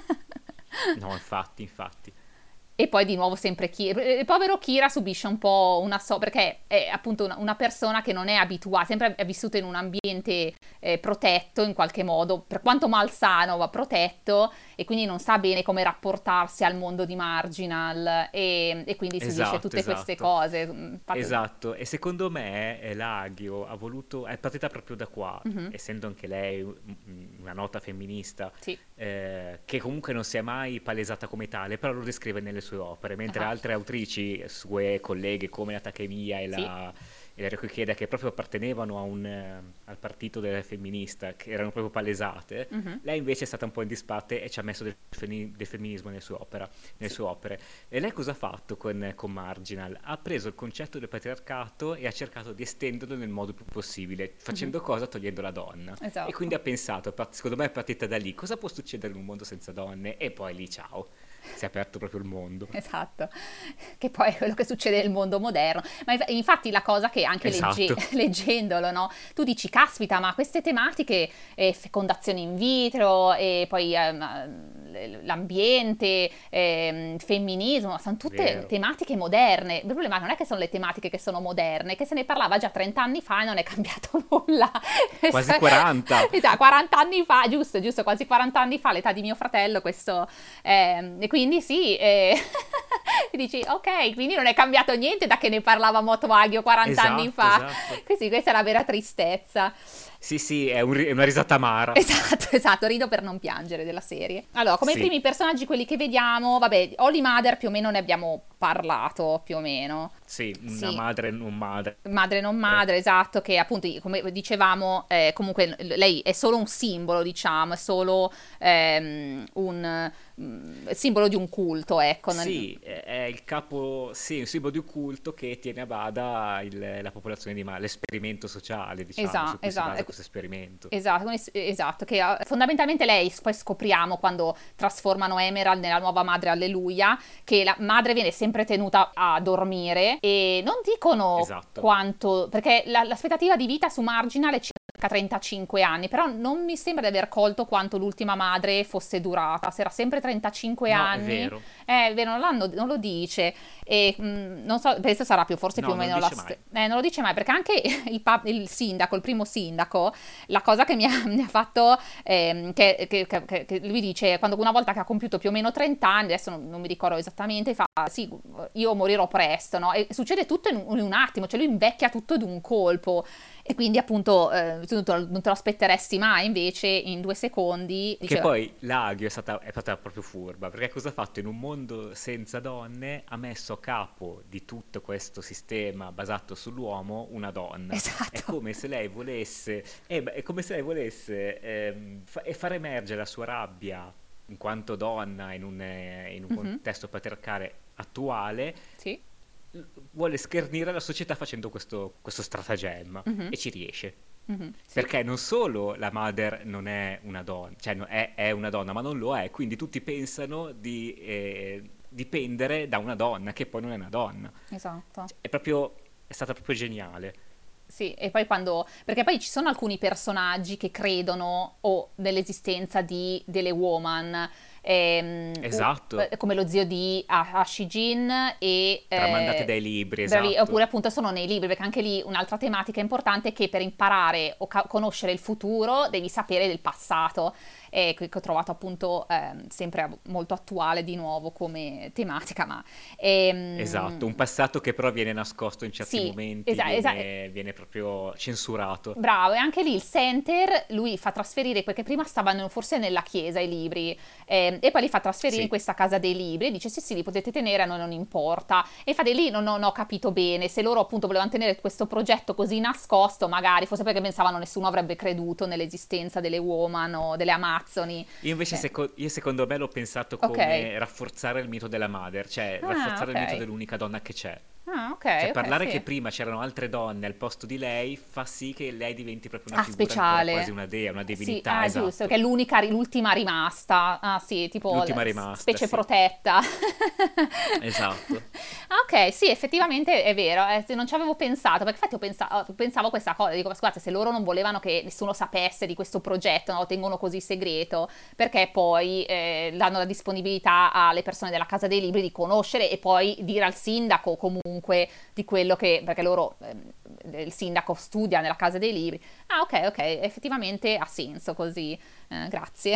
No, infatti, infatti. E poi di nuovo sempre Kira. Il povero Kira subisce un po' una so, perché è appunto una, una persona che non è abituata, sempre è vissuta in un ambiente eh, protetto in qualche modo, per quanto malsano va protetto, e quindi non sa bene come rapportarsi al mondo di Marginal e, e quindi subisce Esatto, tutte queste esatto. cose. Infatti, Esatto, e secondo me eh, Lagio ha voluto, è partita proprio da qua, mhm, essendo anche lei mm, una nota femminista, sì, eh, che comunque non si è mai palesata come tale, però lo descrive nelle sue opere, mentre esatto, altre autrici, sue colleghe come la Takemiya e sì, la, e la Riko Ikeda, che proprio appartenevano a un, eh, al partito delle femministe, che erano proprio palesate, mhm, lei invece è stata un po' in disparte e ci ha messo del, feni- del femminismo nelle sue, opera- nelle sì, sue opere. E lei cosa ha fatto con, con Marginal? Ha preso il concetto del patriarcato e ha cercato di estenderlo nel modo più possibile, mhm, facendo cosa? Togliendo la donna. E quindi esatto. ha pensato, pa- secondo me è partita da lì, cosa può succedere in un mondo senza donne? E poi lì, ciao, si è aperto proprio il mondo. Esatto, che poi è quello che succede nel mondo moderno. Ma inf- infatti la cosa che anche legge- Esatto. leggendolo, no? Tu dici, caspita, ma queste tematiche, eh, fecondazione in vitro, e poi ehm, l'ambiente, ehm, femminismo, sono tutte Vero. tematiche moderne. Il problema non è che sono le tematiche che sono moderne, è che se ne parlava già trenta anni fa e non è cambiato nulla. Quasi quaranta. Esatto, quaranta anni fa, giusto, giusto, quasi quaranta anni fa, l'età di mio fratello, questo... ehm, e quindi sì, eh, dici, ok, quindi non è cambiato niente da che ne parlava Moto Hagio quaranta anni Esatto, fa. esatto. Quindi questa è la vera tristezza. Sì, sì, è, un ri- è una risata amara. Esatto, esatto, rido per non piangere della serie. Allora, come Sì, primi personaggi, quelli che vediamo, vabbè, Holy Mother più o meno ne abbiamo parlato, più o meno. sì, una Sì, madre e non madre. madre non madre, esatto, che appunto, come dicevamo, eh, comunque lei è solo un simbolo, diciamo, è solo ehm, un mm, simbolo di un culto, ecco. non- Sì, è è il capo, sì, un simbolo di un culto che tiene a bada il- la popolazione di mare, l'esperimento sociale, diciamo, Esatto, su cui si esatto, basa ecco, questo esperimento. esatto, quindi s- esatto, che eh, fondamentalmente lei, poi scopriamo quando trasformano Emerald nella nuova madre Alleluia, che la madre viene sempre tenuta a dormire e non dicono Esatto. quanto, perché la- l'aspettativa di vita su Marginal è circa trentacinque anni, però non mi sembra di aver colto quanto l'ultima madre fosse durata, se era sempre trentacinque No, è anni, vero. eh, vero, non, l'hanno- non lo dice, e mh, non so, penso sarà più, forse più No, o non lo meno la dice stessa, mai. non lo dice mai, perché anche il, pa- il sindaco, il primo sindaco, la cosa che mi ha, mi ha fatto, ehm, che, che- che- che- che lui dice, quando una volta che ha compiuto più o meno trenta anni, adesso non, non mi ricordo esattamente, fa, sì, io morirò presto, no? E succede tutto in un, in un attimo, cioè lui invecchia tutto d'un colpo, e quindi appunto eh, tu non te lo non te lo aspetteresti mai, invece in due secondi Che dice, poi l'Agio è stata, è stata proprio furba, perché cosa ha fatto? In un mondo senza donne ha messo a capo di tutto questo sistema basato sull'uomo una donna. È esatto, come se lei volesse, eh, beh, è come se lei volesse ehm, fa- e far emergere la sua rabbia in quanto donna in un, eh, in un mhm, contesto patriarcale attuale, sì, l- vuole schernire la società facendo questo, questo stratagemma mhm, e ci riesce. mhm, sì, Perché non solo la Mother non è una donna, cioè no- è, è una donna, ma non lo è, quindi tutti pensano di eh, dipendere da una donna, che poi non è una donna. esatto. Cioè, è proprio, è stata proprio geniale. Sì, e poi quando... perché poi ci sono alcuni personaggi che credono o nell'esistenza di delle woman, ehm, u- Esatto, eh, come lo zio di A- Ashijin e... tramandate eh, dai libri, bravi, esatto. oppure appunto sono nei libri, perché anche lì un'altra tematica importante è che per imparare o ca- conoscere il futuro devi sapere del passato, e che che ho trovato appunto ehm, sempre molto attuale di nuovo come tematica, ma... Esatto, un ehm, passato che però viene nascosto in certi sì, momenti, esatto, esatto. viene, viene proprio censurato. Bravo, e anche lì il center lui fa trasferire, perché prima stavano forse nella chiesa i libri, ehm, e poi li fa trasferire in Sì, questa casa dei libri e dice sì sì li potete tenere, a noi non importa. E infatti lì non, non ho capito bene se loro appunto volevano tenere questo progetto così nascosto, magari forse perché pensavano nessuno avrebbe creduto nell'esistenza delle woman o delle amazzoni. io invece Eh, seco- io secondo me l'ho pensato ok, come rafforzare il mito della Mother, cioè ah rafforzare il mito ok. dell'unica donna che c'è. Ah, ok, Cioè, ok, parlare sì. che prima c'erano altre donne al posto di lei fa sì che lei diventi proprio una Ah, figura ancora speciale. quasi una dea, una Sì, divinità, ah, giusto, esatto. che è l'unica, l'ultima rimasta. Ah, sì, tipo L'ultima l- rimasta, specie sì. protetta. Esatto. Ah, ok, sì, effettivamente è vero, eh, se non ci avevo pensato, perché infatti io pensa- pensavo a questa cosa, dico, scusate, se loro non volevano che nessuno sapesse di questo progetto, no, lo tengono così segreto, perché poi eh, danno la disponibilità alle persone della Casa dei Libri di conoscere e poi dire al sindaco comunque di quello che, perché loro, ehm, il sindaco studia nella Casa dei Libri. Ah, ok, ok, effettivamente ha senso così, eh, grazie.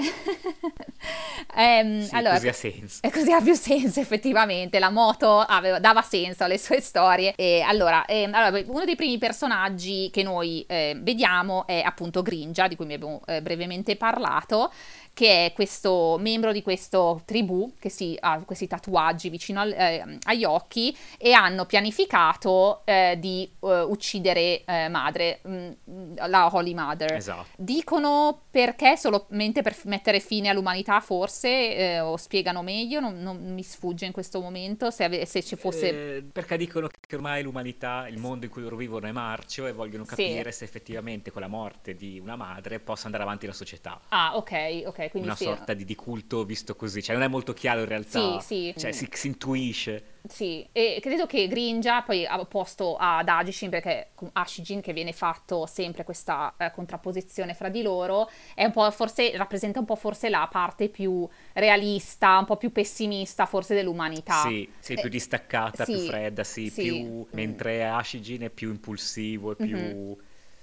Ehm, Sì, allora, così ha que- senso. e così ha più senso effettivamente, la moto aveva- dava senso alle sue storie. E allora, ehm, allora, beh, uno dei primi personaggi che noi eh, vediamo è appunto Gringia, di cui mi abbiamo eh, brevemente parlato, che è questo membro di questo tribù che si, ha questi tatuaggi vicino al- eh, agli occhi e hanno pianificato eh, di eh, uccidere eh, madre, mh, la Holy Mother. Esatto. Dicono perché solamente per f- mettere fine all'umanità, forse, eh, o spiegano meglio, non, non mi sfugge in questo momento se, ave- se ci fosse... Eh, perché dicono che ormai l'umanità, il mondo in cui loro vivono è marcio e vogliono Sì. capire se effettivamente con la morte di una madre possa andare avanti la società. Ah, ok, ok, quindi Una sì. sorta di, di culto visto così, cioè non è molto chiaro in Sì, realtà, sì. cioè si, si intuisce. Sì, e credo che Gringia poi ha posto ad Agishin, perché con Ashijin che viene fatto sempre questa eh, contrapposizione fra di loro, è un po' forse, rappresenta un po' forse la parte più realista, un po' più pessimista forse dell'umanità. Sì, sì, più Eh, distaccata, più sì, fredda, sì, sì. più... Mm. mentre Ashijin è più impulsivo, è Mhm. più...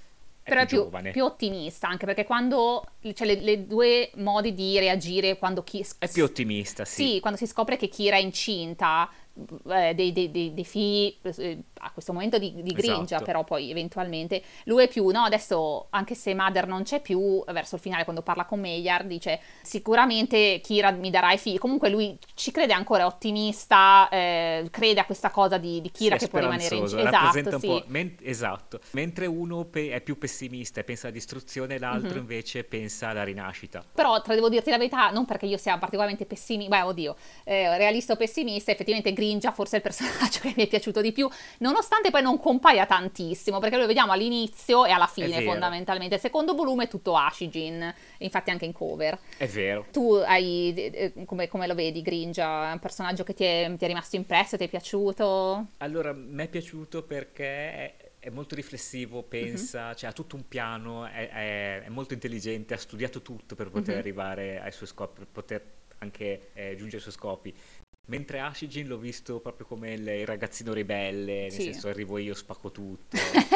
è Però più è più, giovane. più ottimista, anche perché quando, cioè le, le due modi di reagire quando chi... È più ottimista, sì. Sì, quando si scopre che Kira è incinta eh, dei, dei- dei- dei figli, eh, a questo momento di, di Gringia, Esatto. però poi eventualmente lui è più, no, adesso anche se Mother non c'è più, verso il finale quando parla con Meyard dice sicuramente Kira mi darà i figli, comunque lui ci crede ancora, è ottimista, eh, crede a questa cosa di, di Sì, Kira è che può rimanere speranzoso, incinta, rappresenta esatto, un sì. po'... men- esatto. Mentre uno pe- è più pessimista e pensa alla distruzione, l'altro Mhm. invece pensa alla rinascita. Però, tra devo dirti la verità, non perché io sia particolarmente pessimista, beh, oddio, eh, realista o pessimista, effettivamente Gringia forse è il personaggio che mi è piaciuto di più, nonostante poi non compaia tantissimo, perché lo vediamo all'inizio e alla È fine, vero, fondamentalmente. Il secondo volume è tutto Ashijin, infatti anche in cover. è vero. Tu hai, eh, come, come lo vedi, Gringia? È un personaggio che ti è, ti è rimasto impresso, ti è piaciuto? Allora, mi è piaciuto perché è, è molto riflessivo, Mhm, pensa, cioè ha tutto un piano, è, è- è molto intelligente, ha studiato tutto per poter mhm. arrivare ai suoi scopi, per poter anche eh, giungere ai suoi scopi. Mentre Ashijin l'ho visto proprio come il, il ragazzino ribelle, nel Sì. senso arrivo io, spacco tutto,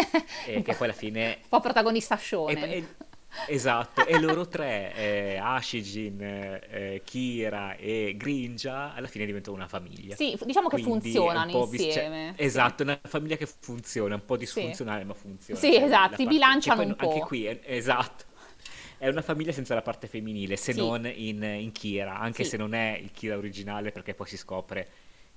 e Un po', che poi alla fine... un po' protagonista E, shonen. e- esatto, e loro tre, eh, Ashijin, eh, Kira e Gringia, alla fine diventano una famiglia. Sì, diciamo che Quindi è un funzionano po' vis- cioè, insieme. Sì. esatto, è una famiglia che funziona, un po' Sì. disfunzionale, ma funziona. Sì, Cioè, esatto, la si parte, che bilanciano poi un no- anche po'. qui è, esatto, è una famiglia senza la parte femminile, se Sì, non in, in Kira, anche sì, se non è il Kira originale, perché poi si scopre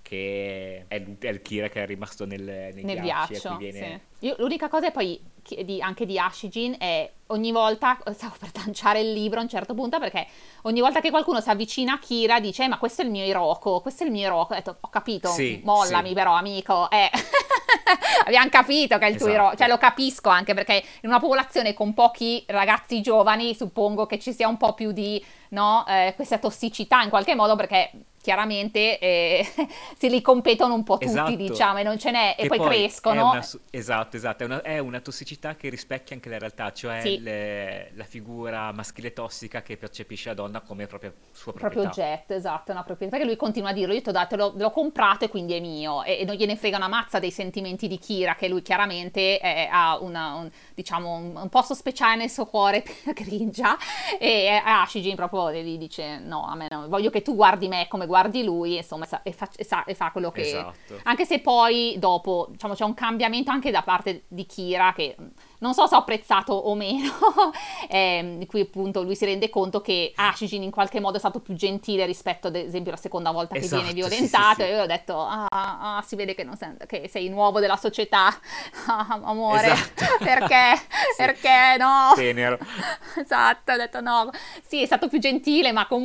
che è, il è il Kira che è rimasto nel- nei nel ghiacci e qui ghiaccio, viene... sì. Io- l'unica cosa è poi chi- di- anche di Ashijin è ogni volta, stavo per lanciare il libro a un certo punto, perché ogni volta che qualcuno si avvicina a Kira dice "Eh, ma questo è il mio Hiroko, questo è il mio Hiroko". Ho detto "Ho capito, Sì, mollami sì, però amico, eh". Abbiamo capito che è il tuo Hiroko, cioè esatto, lo capisco anche perché in una popolazione con pochi ragazzi giovani suppongo che ci sia un po' più di, no, eh, questa tossicità in qualche modo, perché chiaramente eh, si li competono un po' tutti, esatto. diciamo, e non ce n'è, e Che poi poi è crescono. una, so- esatto, esatto, è una, è una tossicità che rispecchia anche la realtà, cioè Sì, le- la figura maschile tossica che percepisce la donna come propria sua proprio proprietà. oggetto, esatto, è una proprietà. Perché lui continua a dirlo, io ti ho dato, l'ho, l'ho comprato e quindi è mio, e, e non gliene frega una mazza dei sentimenti di Kira, che lui chiaramente è- ha una, un, diciamo, un, un posto speciale nel suo cuore per Gringia, e Ashijin proprio gli dice no, a me no, voglio che tu guardi me come guardi lui, insomma, e, sa- e fa, e sa- e fa quello che... Esatto. Anche se poi dopo, diciamo, c'è un cambiamento anche da parte di Kira, che non so se ho apprezzato o meno, ehm, di cui appunto lui si rende conto che Ashijin in qualche modo è stato più gentile rispetto ad esempio la seconda volta che viene Esatto, sì, sì, violentato, sì. e io ho detto ah, ah, si vede che, non sei, che sei nuovo della società. Ah, amore, Esatto. perché, Sì, perché no? tenero. Esatto, ho detto no, sì, è stato più gentile, ma comunque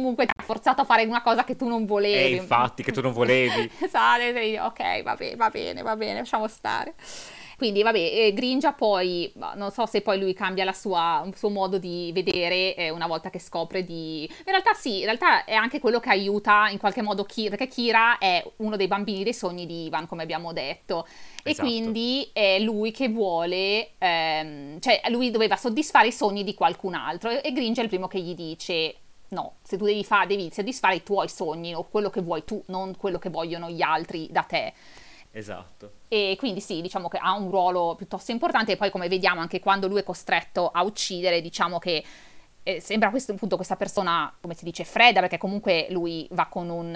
forzato a fare una cosa che tu non volevi. Eh, infatti, che tu non volevi. Esatto, ok, va bene, va bene, va bene, lasciamo stare. Quindi vabbè, eh, Gringia poi, non so se poi lui cambia la sua, il suo modo di vedere eh, una volta che scopre di... In realtà sì, in realtà è anche quello che aiuta in qualche modo Kira, perché Kira è uno dei bambini dei sogni di Ivan, come abbiamo detto. E Esatto. quindi è lui che vuole, ehm, cioè lui doveva soddisfare i sogni di qualcun altro e Gringia è il primo che gli dice... No, se tu devi, fare, devi soddisfare i tuoi sogni o quello che vuoi tu, non quello che vogliono gli altri da te. Esatto. E quindi sì, diciamo che ha un ruolo piuttosto importante e poi come vediamo anche quando lui è costretto a uccidere, diciamo che eh, sembra a questo punto questa persona, come si dice, fredda, perché comunque lui va con un,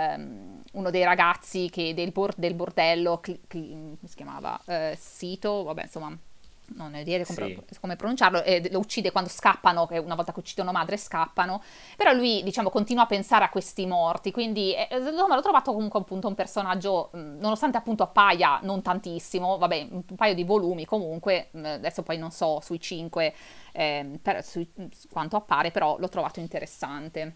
um, uno dei ragazzi che del, bor- del bordello, cli- cli- come si chiamava? Uh, Sito, vabbè insomma... non ne dire come, sì. come pronunciarlo, eh, lo uccide quando scappano, che una volta che uccidono madre scappano, però lui diciamo continua a pensare a questi morti, quindi eh, l'ho trovato comunque appunto un personaggio, mh, nonostante appunto appaia non tantissimo, vabbè un paio di volumi comunque, mh, adesso poi non so sui cinque eh, per, su, su quanto appare, però l'ho trovato interessante.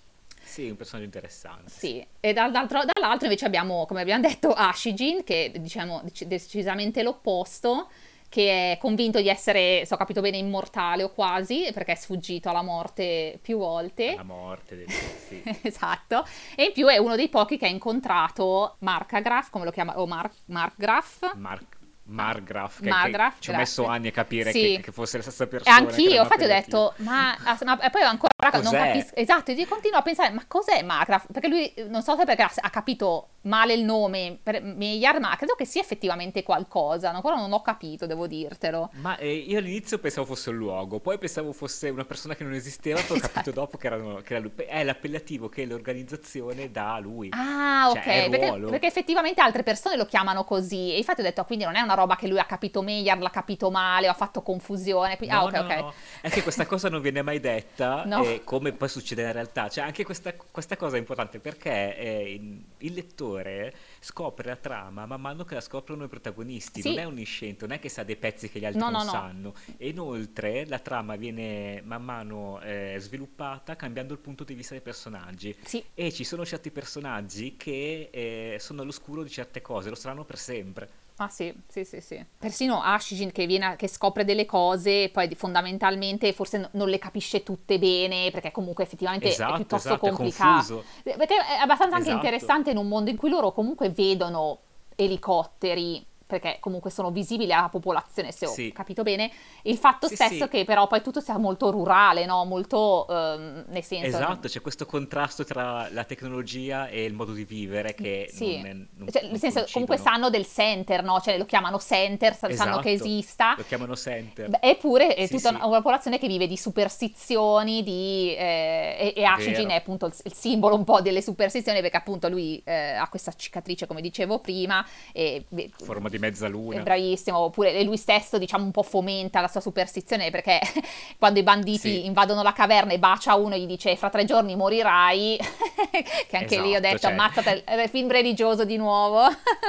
Sì, un personaggio interessante. Sì, e dall'altro, dall'altro invece abbiamo, come abbiamo detto, Ashijin, che diciamo decisamente l'opposto, che è convinto di essere, se ho capito bene, immortale o quasi, perché è sfuggito alla morte più volte. La morte, del... sì. Esatto. E in più è uno dei pochi che ha incontrato Markagraf, come lo chiama, o Mark, Markgraf. Mark. Margraf, che, Margraf, che ci ho messo anni a capire sì. che, che fosse la stessa persona. E anch'io, infatti ho detto, ma, ma e poi ancora ma non capisco, esatto, e continuo a pensare, ma cos'è Margraf? Perché lui, non so se perché ha capito male il nome per Meyar, ma credo che sia effettivamente qualcosa, ancora non ho capito, devo dirtelo. Ma eh, io all'inizio pensavo fosse un luogo, poi pensavo fosse una persona che non esisteva, poi ho esatto. capito dopo che, erano, che era lui. È l'appellativo che l'organizzazione dà a lui. Ah, cioè, ok, perché, perché effettivamente altre persone lo chiamano così, e infatti ho detto, ah, quindi non è una roba che lui ha capito Meyar, l'ha capito male, ha fatto confusione, quindi, no, ah, ok, no, ok. No. È che questa cosa non viene mai detta, no. eh, come poi succede in realtà, cioè anche questa, questa cosa è importante perché eh, il, il lettore scopre la trama man mano che la scoprono i protagonisti, sì. non è onnisciente, non è che sa dei pezzi che gli altri no, non no, sanno, no. e inoltre la trama viene man mano eh, sviluppata cambiando il punto di vista dei personaggi, sì. e ci sono certi personaggi che eh, sono all'oscuro di certe cose, lo saranno per sempre. Ah sì, sì, sì, sì. Persino Ashijin che, viene, che scopre delle cose, poi fondamentalmente forse no, non le capisce tutte bene, perché comunque effettivamente esatto, è piuttosto esatto, complicato. È perché è abbastanza anche esatto. interessante in un mondo in cui loro comunque vedono elicotteri, perché comunque sono visibili alla popolazione, se ho sì. capito bene, il fatto sì, stesso sì. che però poi tutto sia molto rurale, no? Molto, um, nel senso... Esatto, c'è questo contrasto tra la tecnologia e il modo di vivere che sì. non, è, non cioè, nel senso, coincidono. comunque sanno del center, no? Cioè lo chiamano center, sanno esatto, che esista. Lo chiamano center. Eppure è sì, tutta sì. una popolazione che vive di superstizioni, di, eh, e, e Ashijin è appunto il, il simbolo un po' delle superstizioni, perché appunto lui eh, ha questa cicatrice, come dicevo prima, e, forma di mezzaluna. È bravissimo, oppure lui stesso diciamo un po' fomenta la sua superstizione, perché quando i banditi sì. invadono la caverna e bacia uno e gli dice fra tre giorni morirai, che anche esatto, lì ho detto cioè... ammazzate il film religioso di nuovo.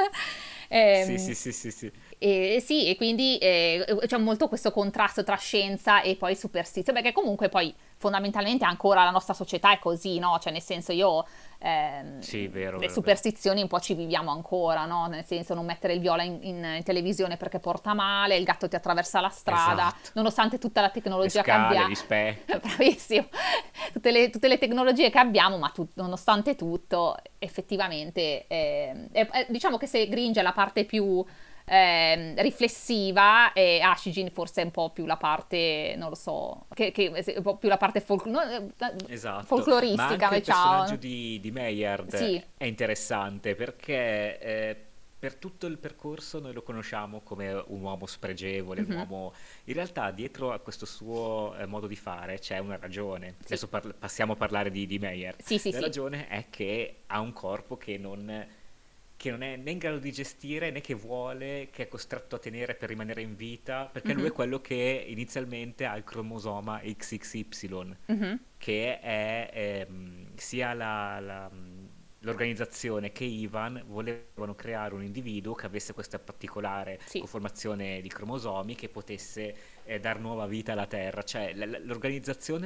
eh, sì, sì, sì, sì, sì. E, sì, e quindi eh, c'è molto questo contrasto tra scienza e poi superstizione, perché comunque poi fondamentalmente ancora la nostra società è così, no? Cioè nel senso io ehm, sì, vero, le vero, superstizioni vero. Un po' ci viviamo ancora, no? Nel senso non mettere il viola in, in, in televisione perché porta male, il gatto ti attraversa la strada, esatto. nonostante tutta la tecnologia le scale, che abbiamo. Gli specchi. Bravissimo, tutte le, tutte le tecnologie che abbiamo, ma tu, nonostante tutto effettivamente eh, eh, diciamo che se Gringe è la parte più Eh, riflessiva, e Ashijin forse è un po' più la parte, non lo so, che, che è un po' più la parte folk, no, esatto. folcloristica. Ma anche il ciao. personaggio di, di Meyard sì. è interessante perché eh, per tutto il percorso noi lo conosciamo come un uomo spregevole, mm-hmm. un uomo... In realtà dietro a questo suo eh, modo di fare c'è una ragione. Sì. Adesso par- passiamo a parlare di, di Meyard. Sì, sì, la sì. ragione è che ha un corpo che non... che non è né in grado di gestire né che vuole, che è costretto a tenere per rimanere in vita, perché mm-hmm. lui è quello che inizialmente ha il cromosoma X X Y, mm-hmm. che è ehm, sia la, la, l'organizzazione che Ivan volevano creare un individuo che avesse questa particolare sì. conformazione di cromosomi che potesse eh, dar nuova vita alla Terra, cioè l- l'organizzazione lo voleva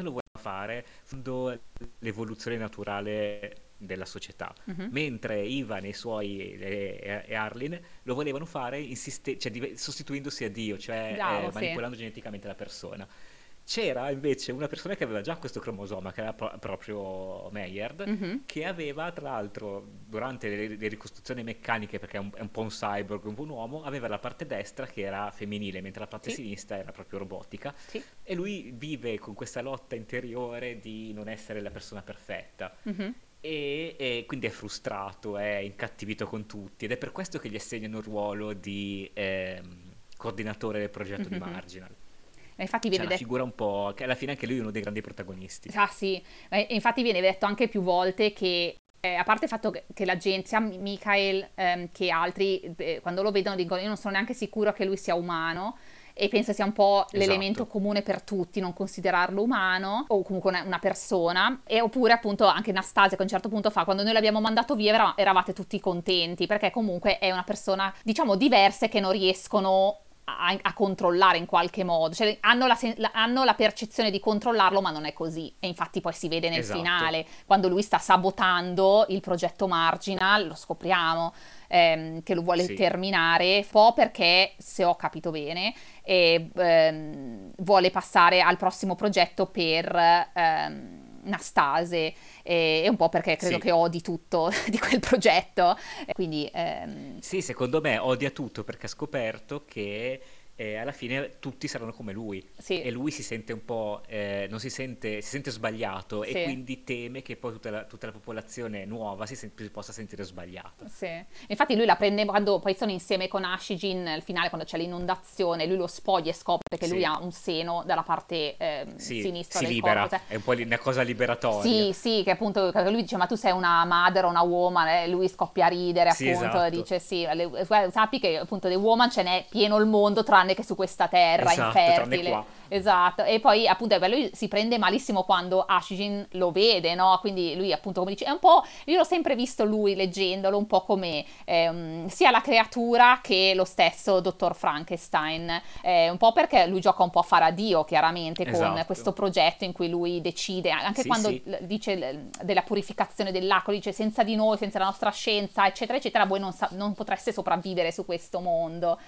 fare secondo l'evoluzione naturale della società, Mhm. mentre Ivan e i suoi e, e Arlene lo volevano fare insiste- cioè, dive- sostituendosi a Dio, cioè Bravo, eh, sì. manipolando geneticamente la persona. C'era invece una persona che aveva già questo cromosoma, che era pro- proprio Mayard, Mhm. che aveva tra l'altro durante le, le ricostruzioni meccaniche, perché è un, è un po' un cyborg, un po' un uomo, aveva la parte destra che era femminile, mentre la parte Sì, sinistra era proprio robotica. sì. E lui vive con questa lotta interiore di non essere la persona perfetta. Mhm. E, e quindi è frustrato, è incattivito con tutti, ed è per questo che gli assegnano il ruolo di ehm, coordinatore del progetto di Mhm. Marginal. E infatti C'è viene una detto. figura un po' che alla fine anche lui è uno dei grandi protagonisti. Ah sì, e infatti viene detto anche più volte che, eh, a parte il fatto che, che la gente, sia Michael ehm, che altri, eh, quando lo vedono dicono io non sono neanche sicuro che lui sia umano e penso sia un po' l'elemento Esatto. comune per tutti, non considerarlo umano o comunque una, una persona, e oppure appunto anche Nastasia che a un certo punto fa, quando noi l'abbiamo mandato via era- eravate tutti contenti, perché comunque è una persona, diciamo, diversa e che non riescono a, a controllare in qualche modo, cioè hanno la, sen- la- hanno la percezione di controllarlo ma non è così, e infatti poi si vede nel Esatto. finale quando lui sta sabotando il progetto Marginal, lo scopriamo ehm, che lo vuole Sì. terminare, un po' perché, se ho capito bene, e, ehm, vuole passare al prossimo progetto per ehm, Nastase, e, e un po' perché credo Sì. che odi tutto di quel progetto, e quindi ehm, Sì, secondo me odia tutto perché ha scoperto che eh, alla fine tutti saranno come lui, sì, e lui si sente un po', eh, non si sente, si sente sbagliato, e sì. quindi teme che poi tutta la, tutta la popolazione nuova si, sen- si possa sentire sbagliata. Sì. Infatti lui la prende quando poi sono insieme con Ashijin al finale, quando c'è l'inondazione, lui lo spoglia e scopre che lui Sì, ha un seno dalla parte ehm, sì, sinistra si del corpo. libera, Cioè, è un po' li- una cosa liberatoria. sì, sì, che appunto che lui dice ma tu sei una mother o una woman, e lui scoppia a ridere Sì, appunto, e esatto, dice sì, le- sappi che appunto di woman ce n'è pieno il mondo tranne che su questa terra esatto, tranne infertile. qua. Esatto, e poi appunto beh, lui si prende malissimo quando Ashijin lo vede, no? Quindi lui appunto come dice, è un po', io l'ho sempre visto lui leggendolo un po' come ehm, sia la creatura che lo stesso dottor Frankenstein, eh, un po' perché lui gioca un po' a fare a Dio chiaramente con questo Esatto. progetto in cui lui decide, anche Sì, quando sì, l- dice l- della purificazione dell'acqua, dice senza di noi, senza la nostra scienza, eccetera, eccetera, voi non, sa- non potreste sopravvivere su questo mondo.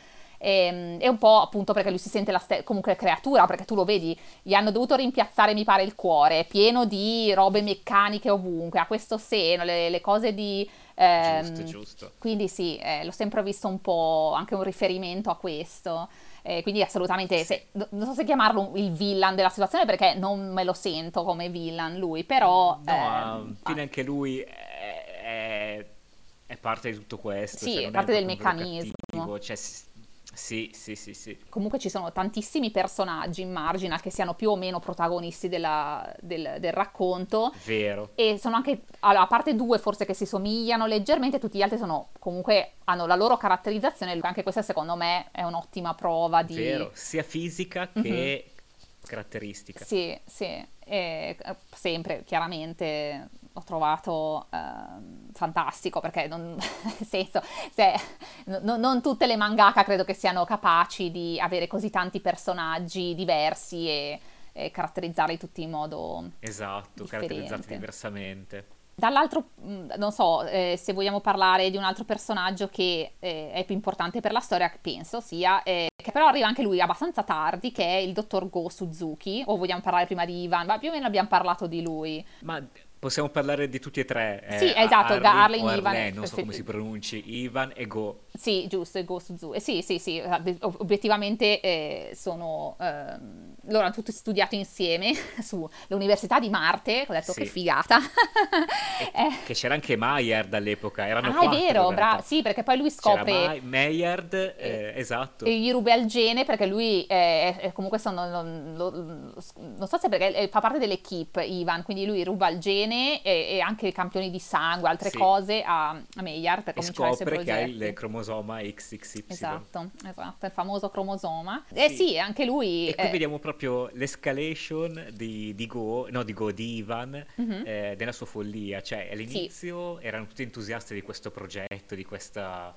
E, e un po' appunto perché lui si sente la ste- comunque creatura, perché tu lo vedi, gli hanno dovuto rimpiazzare mi pare il cuore, pieno di robe meccaniche ovunque, ha questo seno, le, le cose di... giusto, ehm, giusto. quindi sì, eh, l'ho sempre visto un po' anche un riferimento a questo. Eh, quindi assolutamente, Sì. se- no- non so se chiamarlo il villain della situazione perché non me lo sento come villain lui, però No, alla ehm, ah, fine anche lui è, è- è parte di tutto questo, sì, cioè è non è parte del proprio un vero meccanismo. cattivo, cioè, s- sì, sì, sì, sì, Comunque ci sono tantissimi personaggi in Marginal che siano più o meno protagonisti della- del, del racconto, vero, e sono anche, allora, a parte due forse che si somigliano leggermente, tutti gli altri sono comunque hanno la loro caratterizzazione, anche questa secondo me è un'ottima prova di... vero, sia fisica Mhm. che caratteristica. Sì, sì, e, eh, sempre chiaramente ho trovato ehm, fantastico perché non, nel senso, se- no- non tutte le mangaka credo che siano capaci di avere così tanti personaggi diversi e, e caratterizzarli tutti in modo Esatto, caratterizzati differente. diversamente. Dall'altro, mh, non so, eh, se vogliamo parlare di un altro personaggio che eh, è più importante per la storia, penso sia, eh, che però arriva anche lui abbastanza tardi, che è il dottor Go Suzuki, o vogliamo parlare prima di Ivan? Ma più o meno abbiamo parlato di lui. Ma possiamo parlare di tutti e tre, Sì, eh, A- esatto, Ga- Arlene o Arlen Ivan. Arlene, non so come si pronunci, Ivan e Go. Sì, giusto, il Go Suzuki. Eh, sì, sì, sì, ob- obiettivamente eh, sono... ehm, loro hanno tutti studiato insieme sull'Università di Marte, ho detto che Sì, figata. e Eh, che c'era anche Mayard all'epoca, erano ah, è quattro in vero, bravo, realtà. sì, perché poi lui C'era scopre... May- Mayard, eh, eh, e esatto, gli ruba il gene perché lui eh, è- comunque sono, non, non- non so se perché eh, fa parte dell'equipe Ivan, quindi lui ruba il gene e, e anche i campioni di sangue, altre sì. cose a, a Meyer per E cominciare i suoi scopre che ha il progetti. cromosoma X X Y. Esatto, esatto, il famoso cromosoma. Eh Sì. sì, anche lui... E qui eh, vediamo proprio l'escalation di, di Go, no, di Go, di Ivan, mhm, eh, della sua follia. Cioè, sì, all'inizio erano tutti entusiasti di questo progetto, di questa,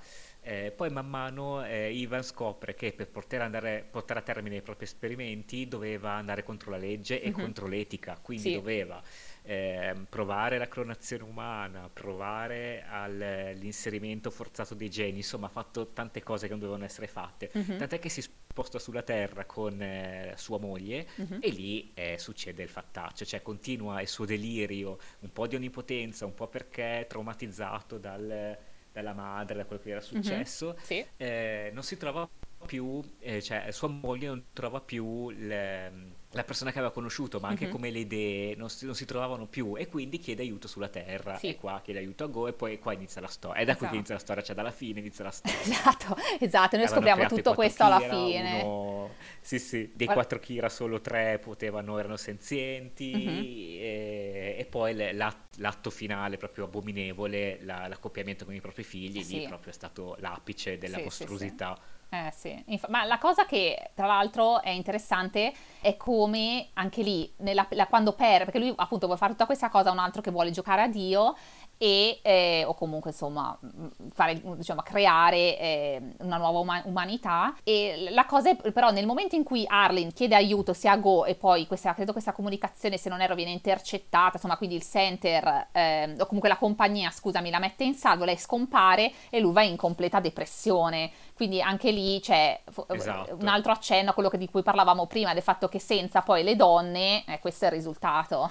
Eh, poi man mano eh, Ivan scopre che per poter andare, portare a termine i propri esperimenti doveva andare contro la legge e Mhm. contro l'etica, quindi Sì. doveva ehm, provare la clonazione umana, provare al- l'inserimento forzato dei geni, insomma ha fatto tante cose che non dovevano essere fatte, Mhm. tant'è che si sposta sulla Terra con eh, sua moglie Mhm. e lì eh, succede il fattaccio, cioè continua il suo delirio, un po' di onnipotenza, un po' perché traumatizzato dal- dalla madre, da quello che era Mhm. successo, Sì. eh, non si trova più, eh, cioè sua moglie non trova più le- la persona che aveva conosciuto, ma anche Mhm. come le idee non si, non si trovavano più e quindi chiede aiuto sulla Terra e Sì. qua chiede aiuto a Go e poi qua inizia la storia. È da qui che Esatto. inizia la storia, cioè dalla fine inizia la storia. Esatto, esatto, noi Avevano scopriamo creato i tutto quattro questo alla Kira, fine. uno... Sì, sì, dei Guarda- quattro Kira solo tre potevano, erano Mhm. senzienti e, e poi le- l'at- l'atto finale proprio abominevole, la- l'accoppiamento con i propri figli, lì Sì, proprio è stato l'apice della sì, sì, sì. mostruosità. Eh sì, Inf- ma la cosa che tra l'altro è interessante è come anche lì, nella- la- quando Per, perché lui appunto vuole fare tutta questa cosa, un altro che vuole giocare a Dio e, eh, o comunque insomma mh, fare, diciamo, creare eh, una nuova uma- umanità e la cosa è però nel momento in cui Arlen chiede aiuto sia a Go e poi questa, credo questa comunicazione se non erro viene intercettata, insomma quindi il center ehm, o comunque la compagnia scusami la mette in salvo, lei scompare e lui va in completa depressione. Quindi anche lì c'è fo- un Esatto, altro accenno a quello che- di cui parlavamo prima, del fatto che senza poi le donne, eh, questo è il risultato.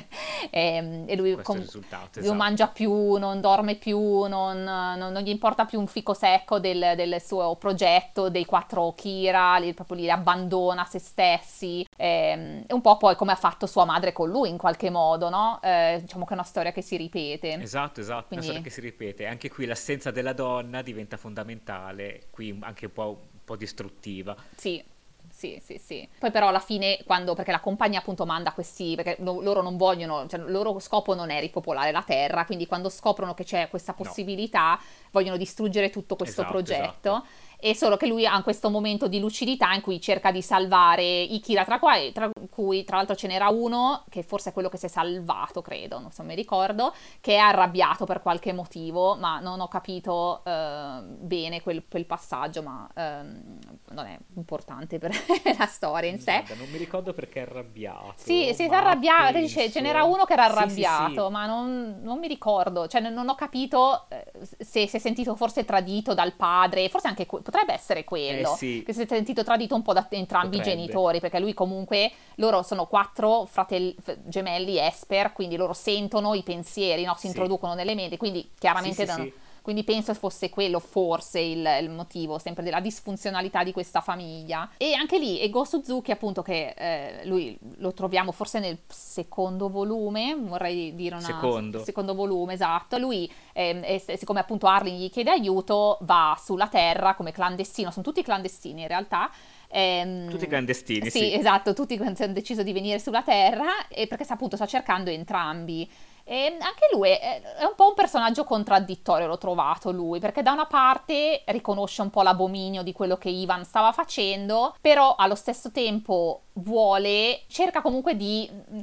e, e lui questo è il com- risultato, non mangia esatto. più, non dorme più, non, non- non gli importa più un fico secco del, del suo progetto dei quattro Kira, li, proprio li abbandona a se stessi. Ehm, E un po' poi come ha fatto sua madre con lui in qualche modo, no? Eh, diciamo che è una storia che si ripete. Esatto, esatto, una storia Quindi che si ripete. Anche qui l'assenza della donna diventa fondamentale, qui anche un po', un po' distruttiva. sì, sì, sì, sì. Poi però alla fine, quando, perché la compagnia appunto manda questi, perché no- loro non vogliono, cioè il loro scopo non è ripopolare la Terra, quindi quando scoprono che c'è questa No, possibilità, vogliono distruggere tutto questo esatto, esatto. progetto. E solo che lui ha questo momento di lucidità in cui cerca di salvare i Kira, tra, qua- tra cui tra l'altro ce n'era uno, che forse è quello che si è salvato, credo, non so, mi ricordo, che è arrabbiato per qualche motivo, ma non ho capito eh, bene quel, quel passaggio, ma ehm, non è importante per la storia in sé. Guarda, non mi ricordo perché è Sì, arrabbiato, si è ma arrabbiato, dice, ce n'era penso... uno che era Sì, sì, arrabbiato, sì. ma non, non mi ricordo, cioè non, non ho capito eh, se si è sentito forse tradito dal padre, forse anche que- potrebbe essere Eh quello, che sì, si è sentito tradito un po' da entrambi i potrebbe. genitori, perché lui comunque, loro sono quattro fratelli, f- gemelli Esper, quindi loro sentono i pensieri, no? Si Sì, introducono nelle menti, quindi sì, chiaramente sì, danno- sì. quindi penso fosse quello forse il, il motivo sempre della disfunzionalità di questa famiglia. E anche lì Ego Suzuki appunto che eh, lui lo troviamo forse nel secondo volume, vorrei dire una Secondo. secondo volume, esatto. Lui ehm, e s- siccome appunto Arlen gli chiede aiuto va sulla Terra come clandestino, sono tutti clandestini in realtà. Tutti Ehm, clandestini, sì, sì. esatto, tutti hanno deciso di venire sulla Terra e perché appunto sta cercando entrambi. E anche lui è, è un po' un personaggio contraddittorio, l'ho trovato lui, perché da una parte riconosce un po' l'abominio di quello che Ivan stava facendo, però allo stesso tempo vuole, cerca comunque di,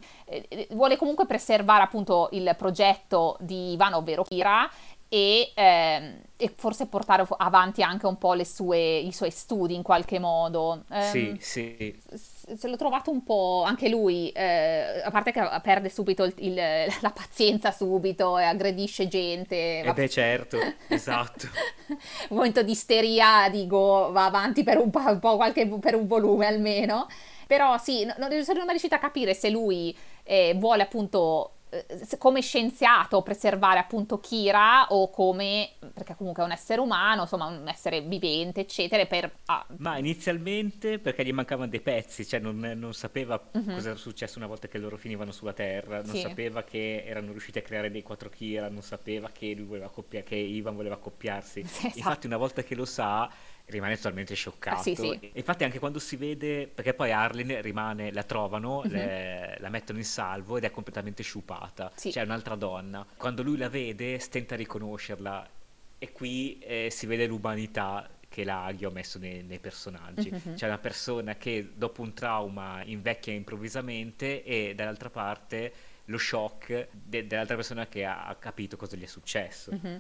eh, vuole comunque preservare appunto il progetto di Ivan, ovvero Kira, e, ehm, e forse portare avanti anche un po' le sue, i suoi studi in qualche modo. Sì, Ehm, sì. se l'ho trovato un po' anche lui, eh, a parte che perde subito il- il- la pazienza subito e aggredisce gente, Eh va- beh, certo, esatto. un momento di isteria, dico, va avanti per un po', un po' qualche, per un volume almeno. Però sì, no- non sono mai riuscita a capire se lui eh, vuole appunto eh, se- come scienziato preservare appunto Kira o come, perché comunque è un essere umano, insomma un essere vivente, eccetera, per... ah, Ma inizialmente perché gli mancavano dei pezzi, cioè non, non sapeva mhm, cosa era successo una volta che loro finivano sulla Terra, non sì, sapeva che erano riusciti a creare dei quattro Kira, non sapeva che lui voleva accoppiare, che Ivan voleva accoppiarsi. sì, Infatti esatto. una volta che lo sa rimane totalmente Ah, sì, scioccato. sì. E infatti anche quando si vede, perché poi Arlen rimane, la trovano, Mhm, le- la mettono in salvo ed è completamente sciupata, sì. cioè è un'altra donna. Quando lui la vede stenta a riconoscerla e qui eh, si vede l'umanità che l'Aghi ha messo nei, nei personaggi. Mhm. C'è una persona che dopo un trauma invecchia improvvisamente e dall'altra parte lo shock de- dell'altra persona che ha, ha capito cosa gli è successo. Mhm.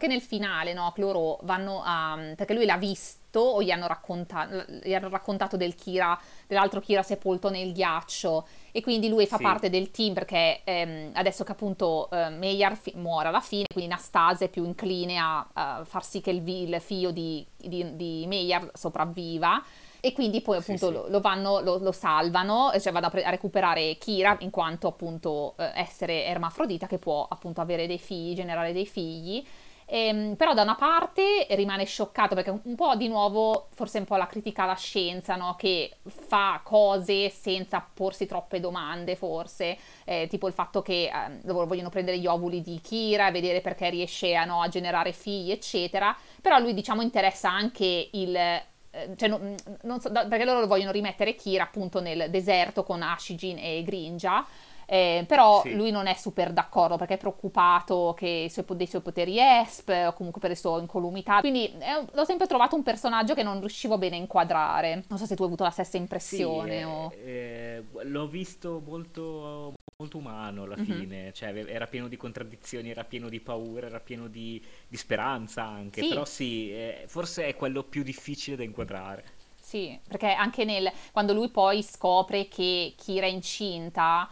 che nel finale, no, che loro vanno a... perché lui l'ha visto o gli hanno raccontato, gli hanno raccontato del Kira, dell'altro Kira sepolto nel ghiaccio, e quindi lui fa Sì. parte del team perché ehm, adesso che appunto eh, Meyar fi- muore alla fine, quindi Nastasia è più incline a, a far sì che il, vi- il figlio di, di, di Meyar sopravviva. E quindi poi appunto Sì, sì. Lo, lo vanno, lo, lo salvano, cioè vanno a, pre- a recuperare Kira in quanto appunto eh, essere ermafrodita che può appunto avere dei figli, generare dei figli. Ehm, però da una parte rimane scioccato perché un po' di nuovo forse un po' la critica alla scienza, no? Che fa cose senza porsi troppe domande forse, eh, tipo il fatto che eh, loro vogliono prendere gli ovuli di Kira e vedere perché riesce a, no, a generare figli eccetera, però a lui diciamo interessa anche il... Cioè, non, non so, perché loro vogliono rimettere Kira appunto nel deserto con Ashijin e Grinja, eh, però Sì. lui non è super d'accordo perché è preoccupato che i suoi, dei suoi poteri esp o comunque per le sue incolumità, quindi è, l'ho sempre trovato un personaggio che non riuscivo bene a inquadrare. Non so se tu hai avuto la stessa Sì, impressione eh, o... eh, l'ho visto molto, molto umano alla Mhm. fine, cioè ave- era pieno di contraddizioni, era pieno di paura, era pieno di, di speranza anche, Sì, però sì, eh, forse è quello più difficile da inquadrare. sì, perché anche nel, quando lui poi scopre che Kira è incinta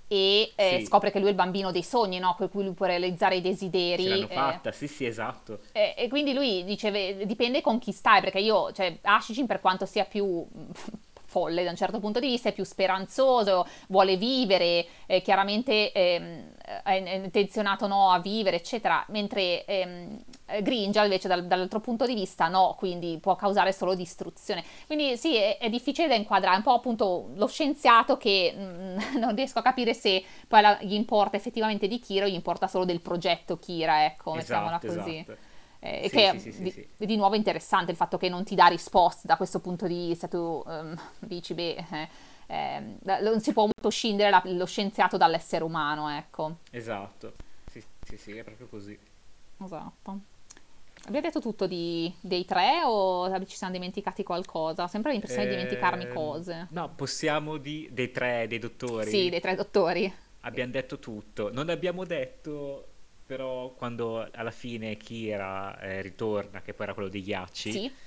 e eh, Sì, scopre che lui è il bambino dei sogni, no? Per cui lui può realizzare i ce desideri. l'hanno eh, fatta, sì sì, esatto, E, e quindi lui dice, "Ve- dipende con chi stai, perché io, cioè, Ashicin per quanto sia più mh, folle da un certo punto di vista, è più speranzoso, vuole vivere, eh, chiaramente ehm, è, è intenzionato no, a vivere, eccetera, mentre ehm, Grinja invece dal- dall'altro punto di vista no, quindi può causare solo distruzione. Quindi sì, è, è difficile da inquadrare, è un po' appunto lo scienziato che mh, non riesco a capire se poi la- gli importa effettivamente di Kira o gli importa solo del progetto Kira, ecco, mettiamola esatto, così. esatto. Eh, Sì, che sì, sì, sì, di, sì. di nuovo è interessante il fatto che non ti dà risposte da questo punto di vista, tu ehm, dici, beh, eh, ehm, non si può molto scindere la- lo scienziato dall'essere umano, ecco. Esatto, sì, sì, sì, è proprio così. Esatto. Abbiamo detto tutto di, dei tre o ci siamo dimenticati qualcosa? Ho sempre l'impressione di dimenticarmi Ehm, cose. no, possiamo di... dei tre, dei Sì, dottori, dei tre dottori. abbiamo detto tutto. Non abbiamo detto, però, quando alla fine Kira eh, ritorna, che poi era quello dei ghiacci, Sì,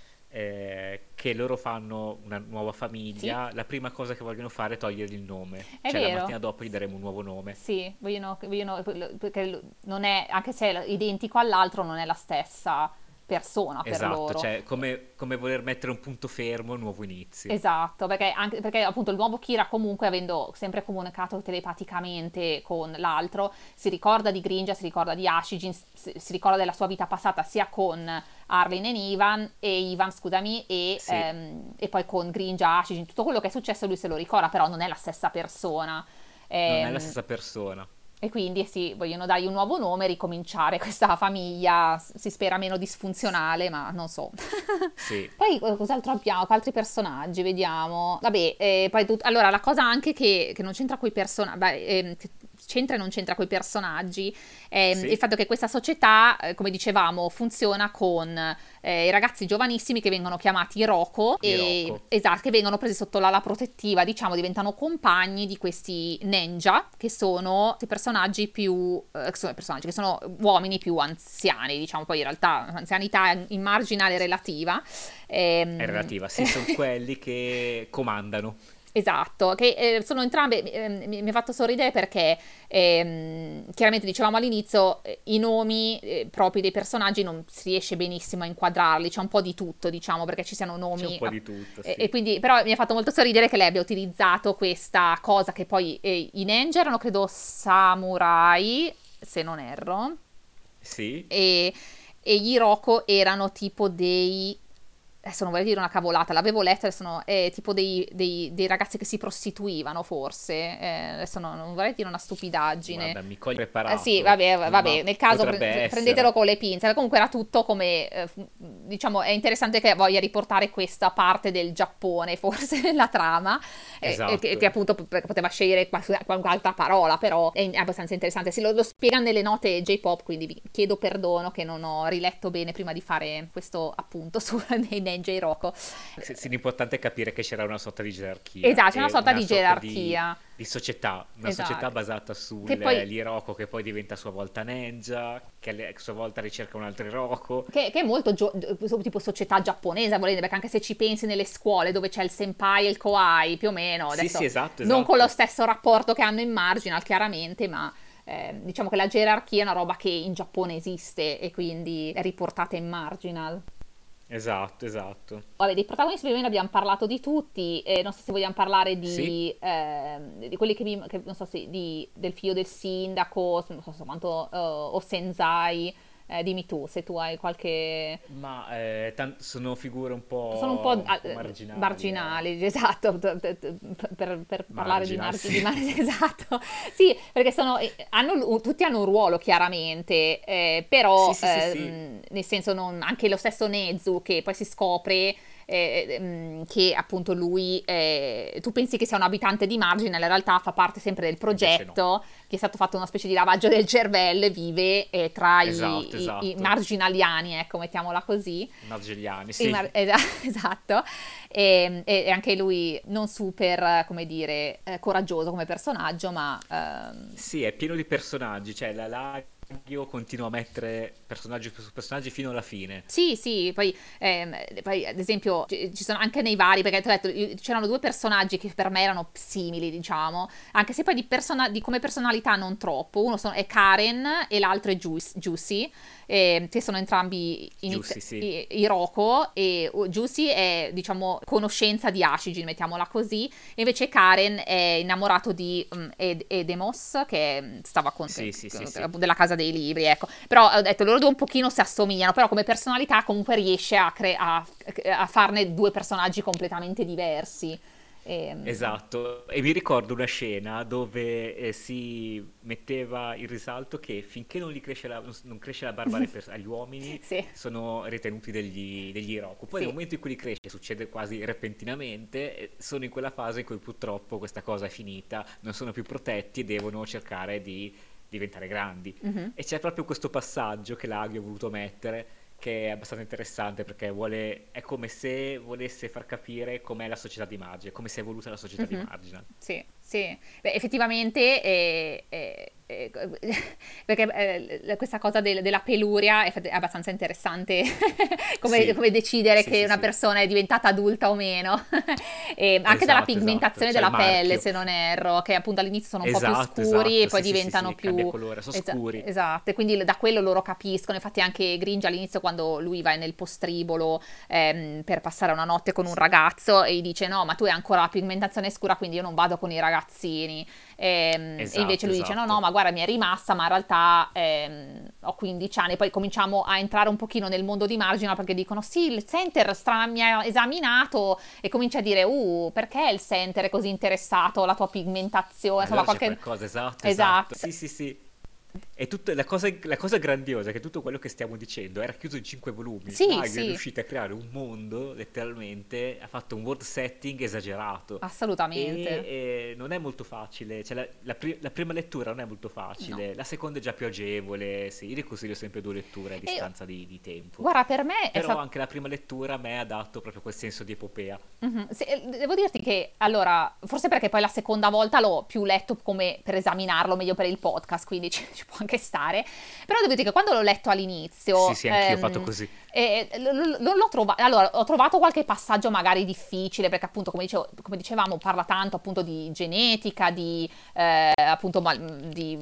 eh, che loro fanno una nuova sì, famiglia, la prima cosa che vogliono fare è togliergli il nome. è Cioè, la vero. mattina dopo gli daremo un nuovo nome. Sì, vogliono, vogliono- perché non è, anche se è identico all'altro, non è la stessa persona per Esatto, loro. cioè, come, come voler mettere un punto fermo, un nuovo inizio. Esatto, perché, anche, perché appunto il nuovo Kira comunque avendo sempre comunicato telepaticamente con l'altro, si ricorda di Grinja, si ricorda di Ashijin, si, si ricorda della sua vita passata sia con Arlen e Ivan, e Ivan scusami, e, Sì, ehm, e poi con Grinja, Ashijin, tutto quello che è successo lui se lo ricorda, però non è la stessa persona. non è la Ehm, stessa persona. e quindi sì, vogliono dargli un nuovo nome e ricominciare questa famiglia, si spera meno disfunzionale, ma non so. Sì. Poi eh, cos'altro abbiamo? Altri personaggi, vediamo. Vabbè, eh, poi tut- allora la cosa anche che, che non c'entra con i personaggi, che c'entra e non c'entra con i personaggi, è il Sì, fatto che questa società, eh, come dicevamo, funziona con eh, i ragazzi giovanissimi che vengono chiamati Roko e Hiroko. esatto, che vengono presi sotto l'ala protettiva, diciamo, diventano compagni di questi ninja, che sono i personaggi più eh, che sono personaggi che sono uomini più anziani, diciamo, poi in realtà anzianità in marginale relativa. È Ehm, relativa, sì, sono quelli che comandano. Esatto, che eh, sono entrambe, eh, mi, mi ha fatto sorridere perché ehm, chiaramente dicevamo all'inizio eh, i nomi eh, propri dei personaggi non si riesce benissimo a inquadrarli, c'è un po' di tutto diciamo perché ci siano C'è un nomi po' ah, di tutto, e, e sì. quindi però mi ha fatto molto sorridere che lei abbia utilizzato questa cosa che poi eh, i ninja erano credo samurai se non erro Sì, e, e gli Hiroko erano tipo dei adesso non vorrei dire una cavolata, l'avevo letta, sono eh, tipo dei, dei- dei ragazzi che si prostituivano forse, eh, adesso no- non vorrei dire una stupidaggine. guarda, mi coglie Eh, sì, preparato, vabbè, vabbè, ma nel caso potrebbe pre- prendetelo essere. con le pinze, comunque era tutto come, eh, f- diciamo, è interessante che voglia riportare questa parte del Giappone forse nella trama, eh, eh, che, Esatto. che appunto p- poteva scegliere qualche, qualche altra parola, però è, è abbastanza interessante, si lo, lo spiega nelle note J-pop, quindi vi chiedo perdono che non ho riletto bene prima di fare questo appunto su, nei Neji e Hiroko. Sì, sì, l'importante è capire che c'era una sorta di gerarchia. Esatto, c'è una e sorta una di sorta gerarchia. Di, di società, una Esatto. società basata Che poi- sull'Hiroko che poi diventa a sua volta ninja, che a sua volta ricerca un altro Hiroko. Che, che è molto gio- tipo società giapponese, volete, perché anche se ci pensi nelle scuole dove c'è il senpai e il kohai, più o meno, Sì, adesso sì, esatto, non esatto. con lo stesso rapporto che hanno in Marginal, chiaramente, ma eh, diciamo che la gerarchia è una roba che in Giappone esiste e quindi è riportata in Marginal. Esatto, esatto. Vabbè, dei protagonisti più o meno abbiamo parlato di tutti, e non so se vogliamo parlare Sì. di, ehm, di quelli che, vi, che non so se di, del figlio del sindaco, non so se quanto, eh, o Senzai, eh, dimmi tu se tu hai qualche... Ma eh, tan- sono figure un po', Sono un po', un ah, po' marginali. marginali, esatto, t- t- t- per, per parlare di Marginal, margini, sì. di margini, esatto, sì, perché sono, eh, hanno, tutti hanno un ruolo chiaramente, eh, però Sì, sì, sì, eh, sì. mh, nel senso non, anche lo stesso Nezu che poi si scopre eh, mh, che appunto lui, eh, tu pensi che sia un abitante di Margine, in realtà fa parte sempre del Invece progetto, che è stato fatto una specie di lavaggio del cervello e vive eh, tra i- Esatto, i, i esatto. marginaliani, ecco, mettiamola così. Margigliani, I sì. mar- esa- esatto, e, e anche lui non super, come dire, eh, coraggioso come personaggio, ma ehm, Sì, è pieno di personaggi, cioè la Lagio continua a mettere personaggi su personaggi fino alla fine. sì, sì, poi, ehm, poi, ad esempio ci ci sono anche nei vari, perché ti ho detto, io- c'erano due personaggi che per me erano simili, diciamo, anche se poi di, persona- di come personalità non troppo, uno sono- è Karen e l'altro è Juice- Juicy, ehm, che sono entrambi inizi- Juicy, sì. i- Hiroko, e uh, Juicy è, diciamo, conoscenza di Ashijin, mettiamola così, e invece Karen è innamorato di um, Ed- Edemos, che mm, stava con Sì, sì, sì, sì. della casa dei libri, ecco. Però ho detto, loro due un pochino si assomigliano, però come personalità comunque riesce a, cre- a, a farne due personaggi completamente diversi. Ehm, Esatto, e mi ricordo una scena dove eh, si metteva in risalto che finché non, gli cresce la, non cresce la barba alle pers- agli uomini Sì. sono ritenuti degli, degli Hiroko. Poi Sì. nel momento in cui li cresce, succede quasi repentinamente, eh, sono in quella fase in cui purtroppo questa cosa è finita, non sono più protetti e devono cercare di diventare grandi. Mhm. E c'è proprio questo passaggio che l'Aghi ha voluto mettere, che è abbastanza interessante perché vuole, è come se volesse far capire com'è la società di Margine, come si è evoluta la società di Mhm. Margine. Sì, sì. Beh, effettivamente è, è- è- perché eh, questa cosa del- della peluria è, è abbastanza interessante come, Sì, come decidere sì, che sì, una sì. persona è diventata adulta o meno. E anche dalla Esatto, pigmentazione esatto, c'è della il pelle, marchio. se non erro, che appunto all'inizio sono un po' più Esatto, scuri e esatto, poi sì, sì, sì, diventano sì, più... cambia colore, sono Esa- scuri. esatto, e quindi da quello loro capiscono. Infatti anche Gringe all'inizio, quando lui va nel postribolo ehm, per passare una notte con un Sì. ragazzo, e gli dice no, ma tu hai ancora la pigmentazione scura, quindi io non vado con i ragazzini. Ehm, Esatto, e invece lui dice no, esatto. no, ma guarda, mi è rimasta, ma in realtà ehm, ho quindici anni. Poi cominciamo a entrare un pochino nel mondo di Marginal, perché dicono sì, il center stra- mi ha esaminato, e comincia a dire uh, perché il center è così interessato alla tua pigmentazione, insomma Allora c'è qualche... qualcosa, esatto, Esatto. esatto. Sì, sì, sì. E tutto, la cosa, la cosa grandiosa è che tutto quello che stiamo dicendo era chiuso in cinque volumi. Sì, Naghi è sì. riuscito a creare un mondo, letteralmente, ha fatto un world setting esagerato. Assolutamente. E, e non è molto facile, cioè la, la pri- la prima lettura non è molto facile, la seconda è già più agevole. Sì, io li consiglio sempre due letture a E distanza di, di tempo. guarda, per me è Però stato... anche la prima lettura a me ha dato proprio quel senso di epopea. Mhm. Se- eh, devo dirti che allora, forse perché poi la seconda volta l'ho più letto come per esaminarlo meglio per il podcast, quindi ci, ci può anche stare. Però devo dire che quando l'ho letto all'inizio, Sì, sì, anch'io ho ehm, fatto così. eh, l- l- non l'ho trovato. Allora, ho trovato qualche passaggio magari difficile, perché appunto, come dicevo, come dicevamo, parla tanto appunto di genetica, di eh, appunto ma- di,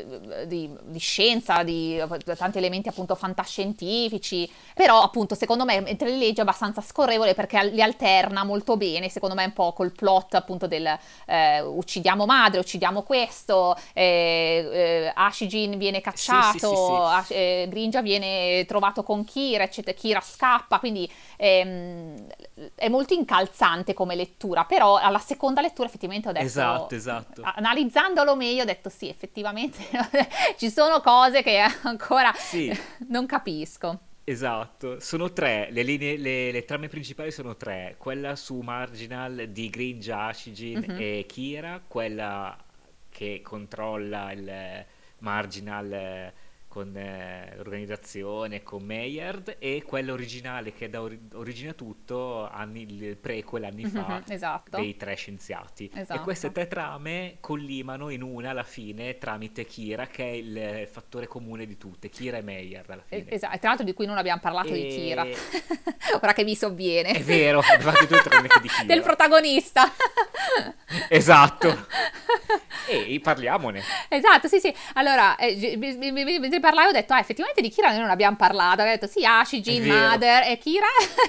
di- di scienza, di tanti elementi appunto fantascientifici. Però appunto secondo me mentre li leggi è abbastanza scorrevole, perché li alterna molto bene, secondo me un po' col plot appunto del eh, uccidiamo madre, uccidiamo questo, eh, eh, Ashijin viene cacciato, Sì, sì, sì, sì. Ash- eh, Grinja viene trovato con Kira, eccetera, Kira scappa, quindi ehm, è molto incalzante come lettura. Però alla seconda lettura effettivamente ho detto, Esatto, esatto. analizzandolo meglio, ho detto sì, effettivamente ci sono cose che ancora Sì, non capisco. esatto. Sono tre, le linee, le, le trame principali sono tre. Quella su Marginal di Grinja, Ashijin Mhm. e Kira, quella che controlla il Marginal eh, con eh, l'organizzazione, con Mayard, e quella originale che dà ori- origine a tutto, anni, il prequel anni fa, Mhm, esatto, dei tre scienziati. E queste esatto. tre trame collimano in una alla fine tramite Kira, che è il eh, fattore comune di tutte, Kira e Mayard alla Es- fine. Esatto, tra l'altro di cui non abbiamo parlato di Kira, E ora che mi sovviene, è vero, abbiamo fatto due tranne che di del Kira. protagonista. Esatto. E parliamone. Esatto, sì, sì. Allora, eh, gi- mi- mi- mi- mentre parlavo ho detto, ah, effettivamente di Kira noi non abbiamo parlato. Ho detto, sì, Ashi, È Jin, vero. Mother e Kira.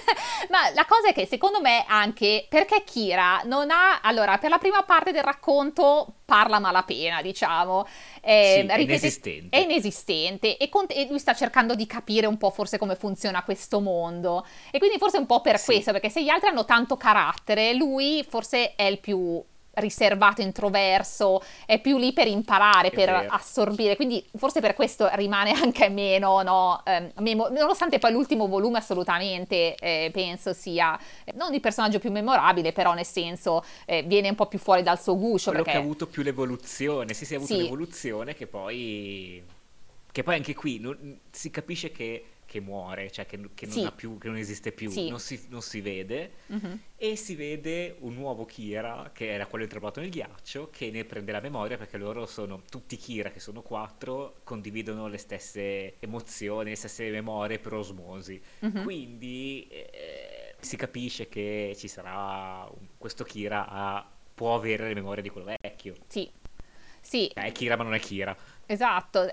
Ma la cosa è che secondo me anche, perché Kira non ha, allora, per la prima parte del racconto parla a malapena, diciamo. Eh, Sì, è ripete- inesistente. È inesistente e, con- e lui sta cercando di capire un po' forse come funziona questo mondo. E quindi forse un po' per Sì. questo, perché se gli altri hanno tanto carattere, lui forse è il più riservato, introverso, è più lì per imparare, È per vero. assorbire, quindi forse per questo rimane anche meno, no, ehm, memo- nonostante poi l'ultimo volume assolutamente eh, penso sia eh, non il personaggio più memorabile, però nel senso eh, viene un po' più fuori dal suo guscio, Quello che ha perché avuto più l'evoluzione. Sì, sì, ha avuto sì, l'evoluzione che poi... Che poi anche qui non- si capisce che, che muore, cioè che, che non sì, ha più, che non esiste più, sì, non si, non si vede. mhm, E si vede un nuovo Kira, che era quello intrappolato nel ghiaccio, che ne prende la memoria, perché loro sono tutti Kira, che sono quattro, condividono le stesse emozioni, le stesse memorie per osmosi. mhm, Quindi eh, si capisce che ci sarà un- questo Kira ha- può avere le memorie di quello vecchio. sì, sì. Cioè, è Kira ma non è Kira. Esatto,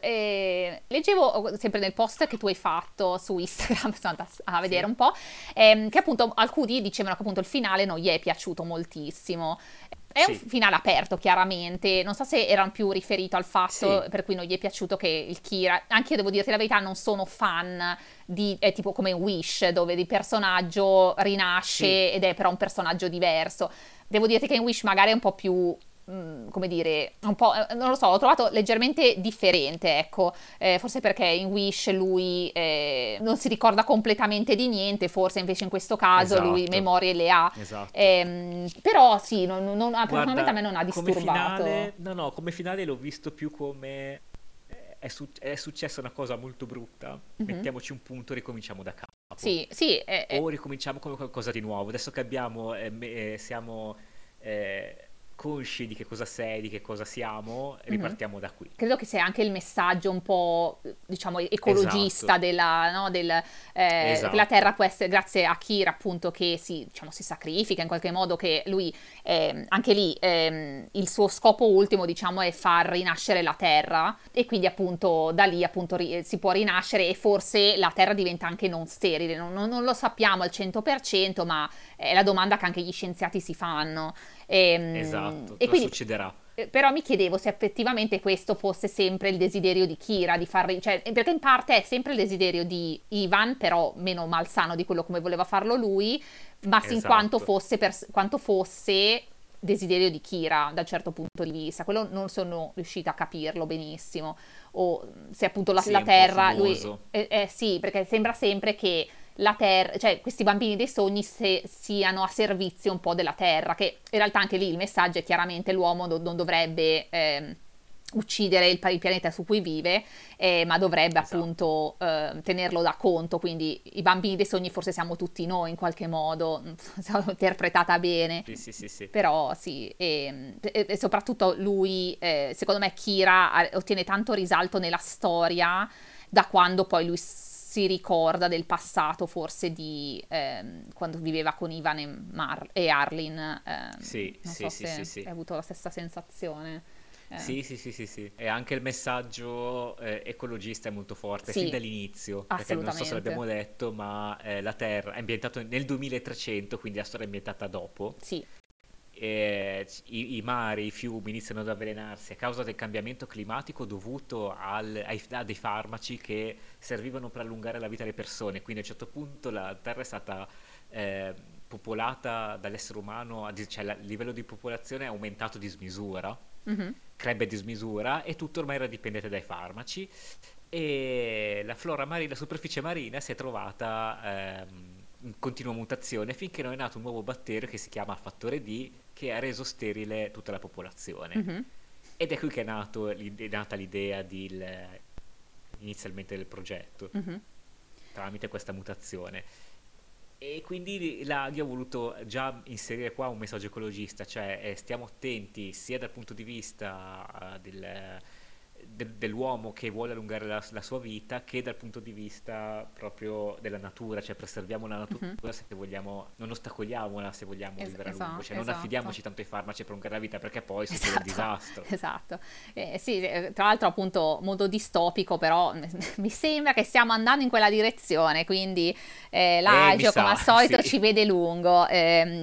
e leggevo sempre nel post che tu hai fatto su Instagram, sono andata a vedere Sì, un po', ehm, che appunto alcuni dicevano che appunto il finale non gli è piaciuto moltissimo. È un sì, finale aperto, chiaramente. Non so se erano più riferito al fatto sì, per cui non gli è piaciuto che il Kira. Anche io devo dirti la verità, non sono fan di. È tipo come Wish, dove il personaggio sì, rinasce ed è però un personaggio diverso. Devo dirti che in Wish magari è un po' più. mm, Come dire, un po', eh, non lo so, l'ho trovato leggermente differente, ecco. Eh, forse perché in Wish lui eh, non si ricorda completamente di niente, forse invece in questo caso lui esatto, memorie le ha. esatto. Ehm, però sì, non, non- non- personalmente a me Guarda, non ha come finale, disturbato. no, no, come finale l'ho visto più come eh, è, su- è successa una cosa molto brutta, Mhm. mettiamoci un punto, ricominciamo da capo. Sì, sì, è- è- O ricominciamo come qualcosa di nuovo. Adesso che abbiamo, eh, me- eh, siamo eh, consci di che cosa sei, di che cosa siamo, mhm. ripartiamo da qui. Credo che sia anche il messaggio un po', diciamo, ecologista Esatto, della, no, del, eh, che la esatto, Terra può essere, grazie a Kira appunto, che si, diciamo, si sacrifica in qualche modo, che lui, ehm, anche lì, ehm, il suo scopo ultimo, diciamo, è far rinascere la Terra e quindi appunto da lì appunto ri- si può rinascere e forse la Terra diventa anche non sterile. Non, non- non lo sappiamo al cento per cento, ma è la domanda che anche gli scienziati si fanno. Ehm, esatto. E, Cosa quindi succederà? eh, però mi chiedevo se effettivamente questo fosse sempre il desiderio di Kira, di far, ri- cioè, perché in parte è sempre il desiderio di Ivan, però meno malsano di quello come voleva farlo lui, ma sin quanto Esatto. fosse, pers- quanto fosse desiderio di Kira da un certo punto di vista. Quello non sono riuscita a capirlo benissimo. O se appunto la, Sì, la è un po' Terra, lui, fumoso. eh, eh, sì, perché sembra sempre che la Terra, cioè questi bambini dei sogni se, siano a servizio un po' della Terra, che in realtà anche lì il messaggio è chiaramente l'uomo do- non dovrebbe ehm, uccidere il, pa- il pianeta su cui vive, eh, ma dovrebbe Esatto. appunto eh, tenerlo da conto, quindi i bambini dei sogni forse siamo tutti noi in qualche modo, non so se l'ho interpretata bene. Sì, sì, sì, sì. Però sì, e, e- e soprattutto lui, eh, secondo me Kira ha- ottiene tanto risalto nella storia da quando poi lui si ricorda del passato, forse di ehm, quando viveva con Ivan e, Mar- e Arlin. ehm, Sì, non sì, so sì, se sì, hai sì. avuto la stessa sensazione. Eh, Sì, sì, sì, sì, sì. E anche il messaggio eh, ecologista è molto forte, fin sì, dall'inizio, perché non so se l'abbiamo assolutamente. detto, ma eh, la Terra è ambientata nel duemilatrecento, quindi la storia è ambientata dopo. Sì. E i, i mari, i fiumi iniziano ad avvelenarsi a causa del cambiamento climatico dovuto al- ai- a dei farmaci che servivano per allungare la vita delle persone. Quindi a un certo punto la Terra è stata eh, popolata dall'essere umano, a dis- cioè la- il livello di popolazione è aumentato di smisura, Mhm. crebbe di smisura, e tutto ormai era dipendente dai farmaci, e la flora marina, la superficie marina si è trovata ehm, in continua mutazione finché non è nato un nuovo batterio che si chiama fattore D, che ha reso sterile tutta la popolazione. Mhm. Ed è qui che è, nato, l'ide- è nata l'idea di il- inizialmente del progetto, Mhm. tramite questa mutazione. E quindi l'Aghi ha voluto già inserire qua un messaggio ecologista, cioè eh, stiamo attenti sia dal punto di vista eh, del, del- dell'uomo che vuole allungare la, la sua vita, che dal punto di vista proprio della natura, cioè preserviamo la Mhm. natura se vogliamo, non ostacoliamola se vogliamo Es- vivere a lungo, esatto, cioè non esatto. affidiamoci tanto ai farmaci per allungare la vita perché poi succede il Esatto, disastro. esatto. Eh, sì, eh, tra l'altro appunto modo distopico, però mi sembra che stiamo andando in quella direzione, quindi eh, Eh, mi l'agio come sa, al solito sì, ci vede lungo. ehm,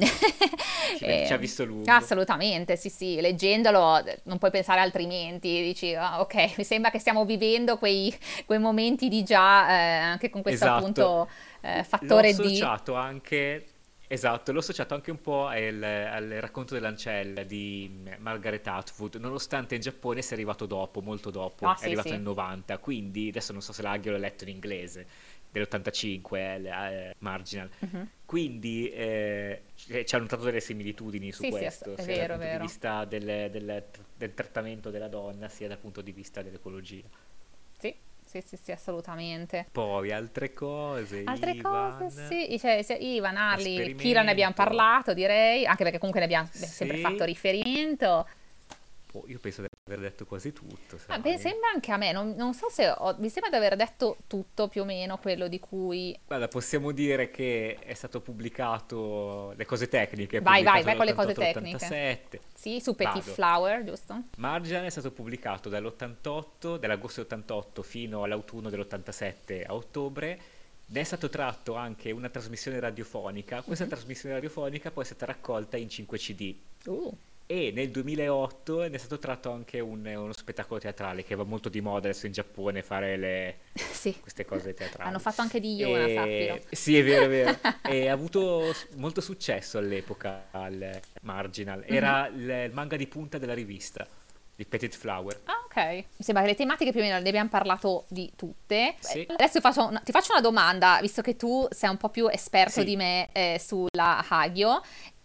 ci, ve- ci ha ehm, visto lungo. assolutamente, sì, sì, leggendolo eh, non puoi pensare altrimenti, dici, "Ah, ok, mi sembra che stiamo vivendo quei, quei momenti di già, eh, anche con questo Esatto. appunto eh, L'ho fattore di... associato anche, esatto, l'ho associato anche un po' al, al racconto dell'ancella di Margaret Atwood, nonostante in Giappone sia arrivato dopo, molto dopo, Ah, è sì, arrivato sì. nel novanta, quindi adesso non so se l'Aghi l'ho letto in inglese, dell'ottantacinque, eh, eh, Marginal. Mhm. Quindi eh, c- ci hanno notato delle similitudini su Sì, sì, ass- questo, è sia dal vero, è punto di vero. vista del, del- del trattamento della donna, sia dal punto di vista dell'ecologia. Sì, sì, sì, sì, assolutamente. Poi altre cose, Altre cose, Ivan, sì, cioè, se- Ivan, Harley, Kira ne abbiamo esperimento. parlato, direi, anche perché comunque ne abbiamo beh, sempre fatto Sì, riferimento. boh, io penso di aver detto quasi tutto, Ah, beh, sai. sembra anche a me, non, non so se ho, mi sembra di aver detto tutto più o meno quello di cui... Guarda, possiamo dire che è stato pubblicato, le cose tecniche, Vai, vai, pubblicato vai con le cose dall'ottantotto tecniche. all'ottantasette. Sì, su Petit Vado. Flower, giusto? Margiane è stato pubblicato dall'ottantotto, dall'agosto ottantotto fino all'autunno dell'ottantasette a ottobre. Ne è stato tratto anche una trasmissione radiofonica. Questa Mhm. trasmissione radiofonica poi è stata raccolta in cinque C D. Uh, E nel duemilaotto ne è stato tratto anche un- uno spettacolo teatrale che va molto di moda adesso in Giappone fare le- sì, queste cose hanno teatrali. fatto anche di Iona, sappilo. E, sì, è vero, è vero. E ha avuto s- molto successo all'epoca al Marginal. Mhm. Era il, il manga di punta della rivista di Petit Flower. Ah, ok. Mi sembra che le tematiche più o meno ne abbiamo parlato di tutte. Sì, Beh, adesso faccio una- ti faccio una domanda, visto che tu sei un po' più esperto di sì, me eh, sulla Hagio.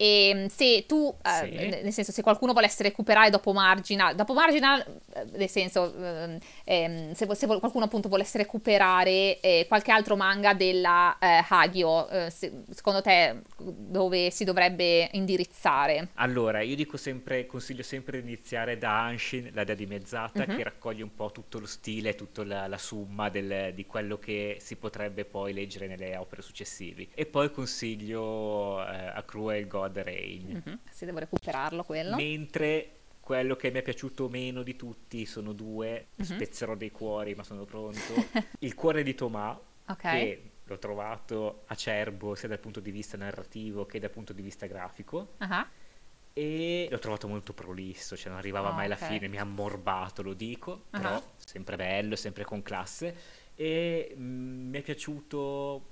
E se tu, eh, sì. nel senso, se qualcuno volesse recuperare dopo Marginal, dopo Marginal, eh, nel senso, ehm, ehm, se, se vol- qualcuno appunto volesse recuperare eh, qualche altro manga della eh, Hagio, eh, se- secondo te dove si dovrebbe indirizzare? Allora, io dico sempre, consiglio sempre di iniziare da Anshin, la dea dimezzata, Mhm. che raccoglie un po' tutto lo stile, tutta la, la summa del- di quello che si potrebbe poi leggere nelle opere successive. E poi consiglio eh, A Cruel God Reign. Mhm. Se devo recuperarlo quello. Mentre quello che mi è piaciuto meno di tutti sono due, Mhm. spezzerò dei cuori, ma sono pronto. Il cuore di Tomà, Ok. che l'ho trovato acerbo sia dal punto di vista narrativo che dal punto di vista grafico. Ah, E l'ho trovato molto prolisso, cioè non arrivava ah, mai alla ok. fine, mi ha ammorbato, lo dico, Ah, però sempre bello, sempre con classe. E mm, mi è piaciuto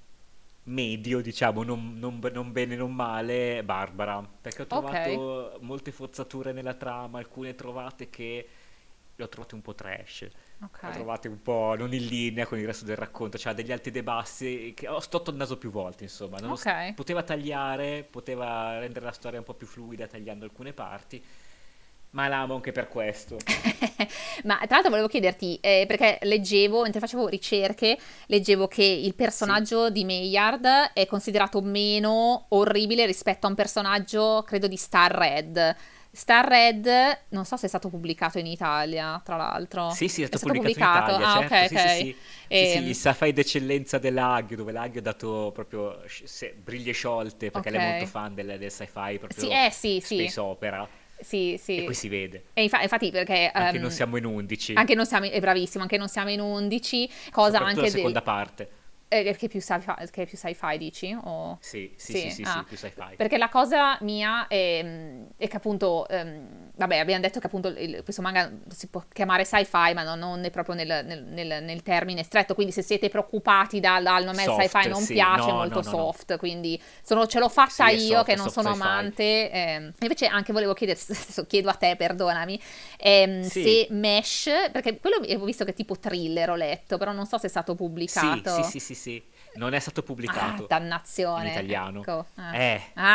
medio, diciamo, non, non be- non bene, non male, Barbara, perché ho ok. trovato molte forzature nella trama, alcune trovate che le ho trovate un po' trash, le ho Ok. trovate un po' non in linea con il resto del racconto, cioè degli alti e dei bassi, che ho storto il naso più volte, insomma, non lo s- Ok. poteva tagliare, poteva rendere la storia un po' più fluida tagliando alcune parti, ma l'amo anche per questo. Ma tra l'altro volevo chiederti, eh, perché leggevo, mentre facevo ricerche, leggevo che il Sì, personaggio di Maillard è considerato meno orribile rispetto a un personaggio, credo, di Star Red. Star Red, non so se è stato pubblicato in Italia, tra l'altro. sì, sì, è È stato stato pubblicato in pubblicato? Italia, Ah, ok, certo, sì, sì, ok. sì. Sì, sì, il Ehm, sci-fi d'eccellenza dell'Agio, dove l'Agio ha dato proprio sci- se- briglie sciolte, perché lei è molto ok. fan del, del sci-fi, Sì, proprio eh sì, sì. space opera, Sì, e sì. qui si vede. E infa- infatti perché Anche non ehm, siamo in undici, anche non siamo, è bravissimo, anche non siamo in undici, cosa soprattutto la anche del... seconda parte. eh, che è più sci-fi, che è più sci-fi dici? O... Sì, sì, sì, Sì, sì, sì, ah. più sci-fi. Perché la cosa mia è, è che appunto, ehm, vabbè, abbiamo detto che appunto il- questo manga si può chiamare sci-fi, ma non, non è proprio nel, nel- nel- nel termine stretto, quindi se siete preoccupati dal, dal nome sci-fi Soft, non sì, piace, è no, molto no, no, no. soft, quindi sono- ce l'ho fatta Sì, è io soft, che è non soft sono sci-fi. amante. ehm. Invece anche volevo chiedere, adesso chiedo a te, perdonami, ehm, se Sì, Mesh, perché quello avevo visto che è tipo thriller, ho letto, però non so se è stato sì, sì, pubblicato. sì, sì, sì. Non è stato Ah, pubblicato in dannazione, italiano. ecco. Ah. Eh, Ah,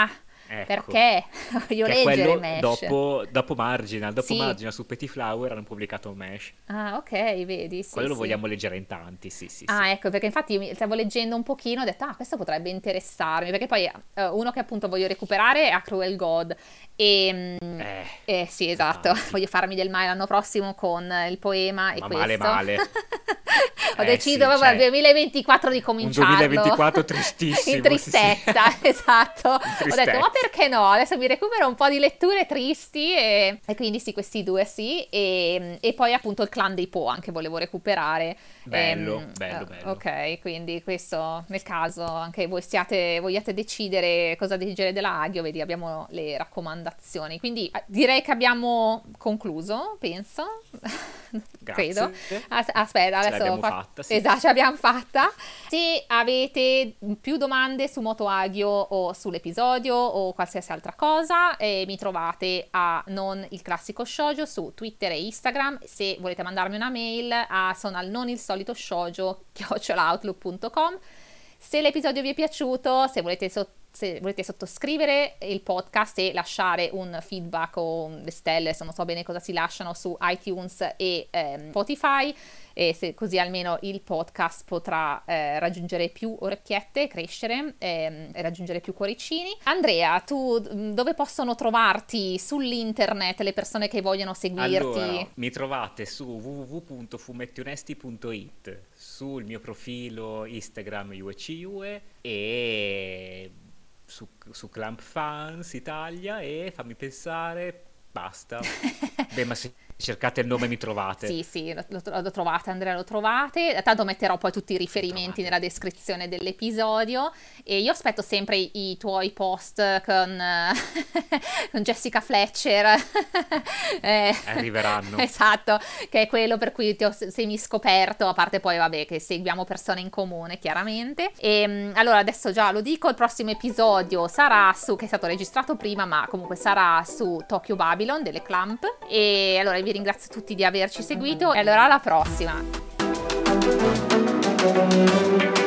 Ecco. Perché voglio Che è leggere quello Mesh. dopo, dopo Marginal, dopo Sì. Marginal su Petit Flower hanno pubblicato Mesh. Ah, ok, vedi, sì, Quello lo sì. vogliamo leggere in tanti, sì, sì, Ah, sì. ecco, perché infatti io mi- stavo leggendo un pochino, ho detto, ah, questo potrebbe interessarmi, perché poi eh, uno che appunto voglio recuperare è A Cruel God, e mm, Eh, eh, sì, esatto, infatti. voglio farmi del male l'anno prossimo con il poema e Ma questo. male male. Ho Eh deciso sì, proprio cioè, nel duemilaventiquattro di un cominciarlo. duemilaventiquattro tristissimo. In tristezza, sì, sì. esatto. In Ho detto, ma tristezza. perché no? Adesso mi recupero un po' di letture tristi e, e quindi sì, questi due sì. E, e poi appunto il Clan dei Po anche volevo recuperare. Bello, Ehm, bello, eh, bello. ok, quindi questo nel caso anche voi siate, vogliate decidere cosa leggere della Agio, vedi, abbiamo le raccomandazioni. Quindi eh, direi che abbiamo concluso, penso. Credo. Grazie. As- aspetta, Ce adesso l'abbiamo fa- fatta, sì. Esatto, ce l'abbiamo fatta. Se avete più domande su Moto Agio o sull'episodio o qualsiasi altra cosa, eh, mi trovate a Non il Classico Shoujo su Twitter e Instagram. Se volete mandarmi una mail, a, sono al non il solito shoujo chiocciola outlook punto com. Se l'episodio vi è piaciuto, se volete so- se volete sottoscrivere il podcast e lasciare un feedback o le stelle, se non so bene cosa si lasciano su iTunes e ehm, Spotify, e se, così almeno il podcast potrà eh, raggiungere più orecchiette, crescere ehm, e raggiungere più cuoricini. Andrea, tu mh, dove possono trovarti sull'internet le persone che vogliono seguirti? Allora, mi trovate su w w w punto fumetti onesti punto i t, sul mio profilo Instagram UECUE e su, su Clamp Fans Italia e fammi pensare, basta. Beh, ma se cercate il nome mi trovate. Sì, sì, lo, lo- lo trovate, Andrea, lo trovate. Tanto metterò poi tutti i riferimenti trovate. nella descrizione dell'episodio. E io aspetto sempre i, i tuoi post con, eh, con Jessica Fletcher. Eh, Arriveranno. Esatto, che è quello per cui ti ho semiscoperto, a parte poi, vabbè, che seguiamo persone in comune, chiaramente. E mm, allora, adesso già lo dico, il prossimo episodio sarà su, che è stato registrato prima, ma comunque sarà su Tokyo Babylon delle Clamp. E allora vi ringrazio tutti di averci seguito e allora alla prossima.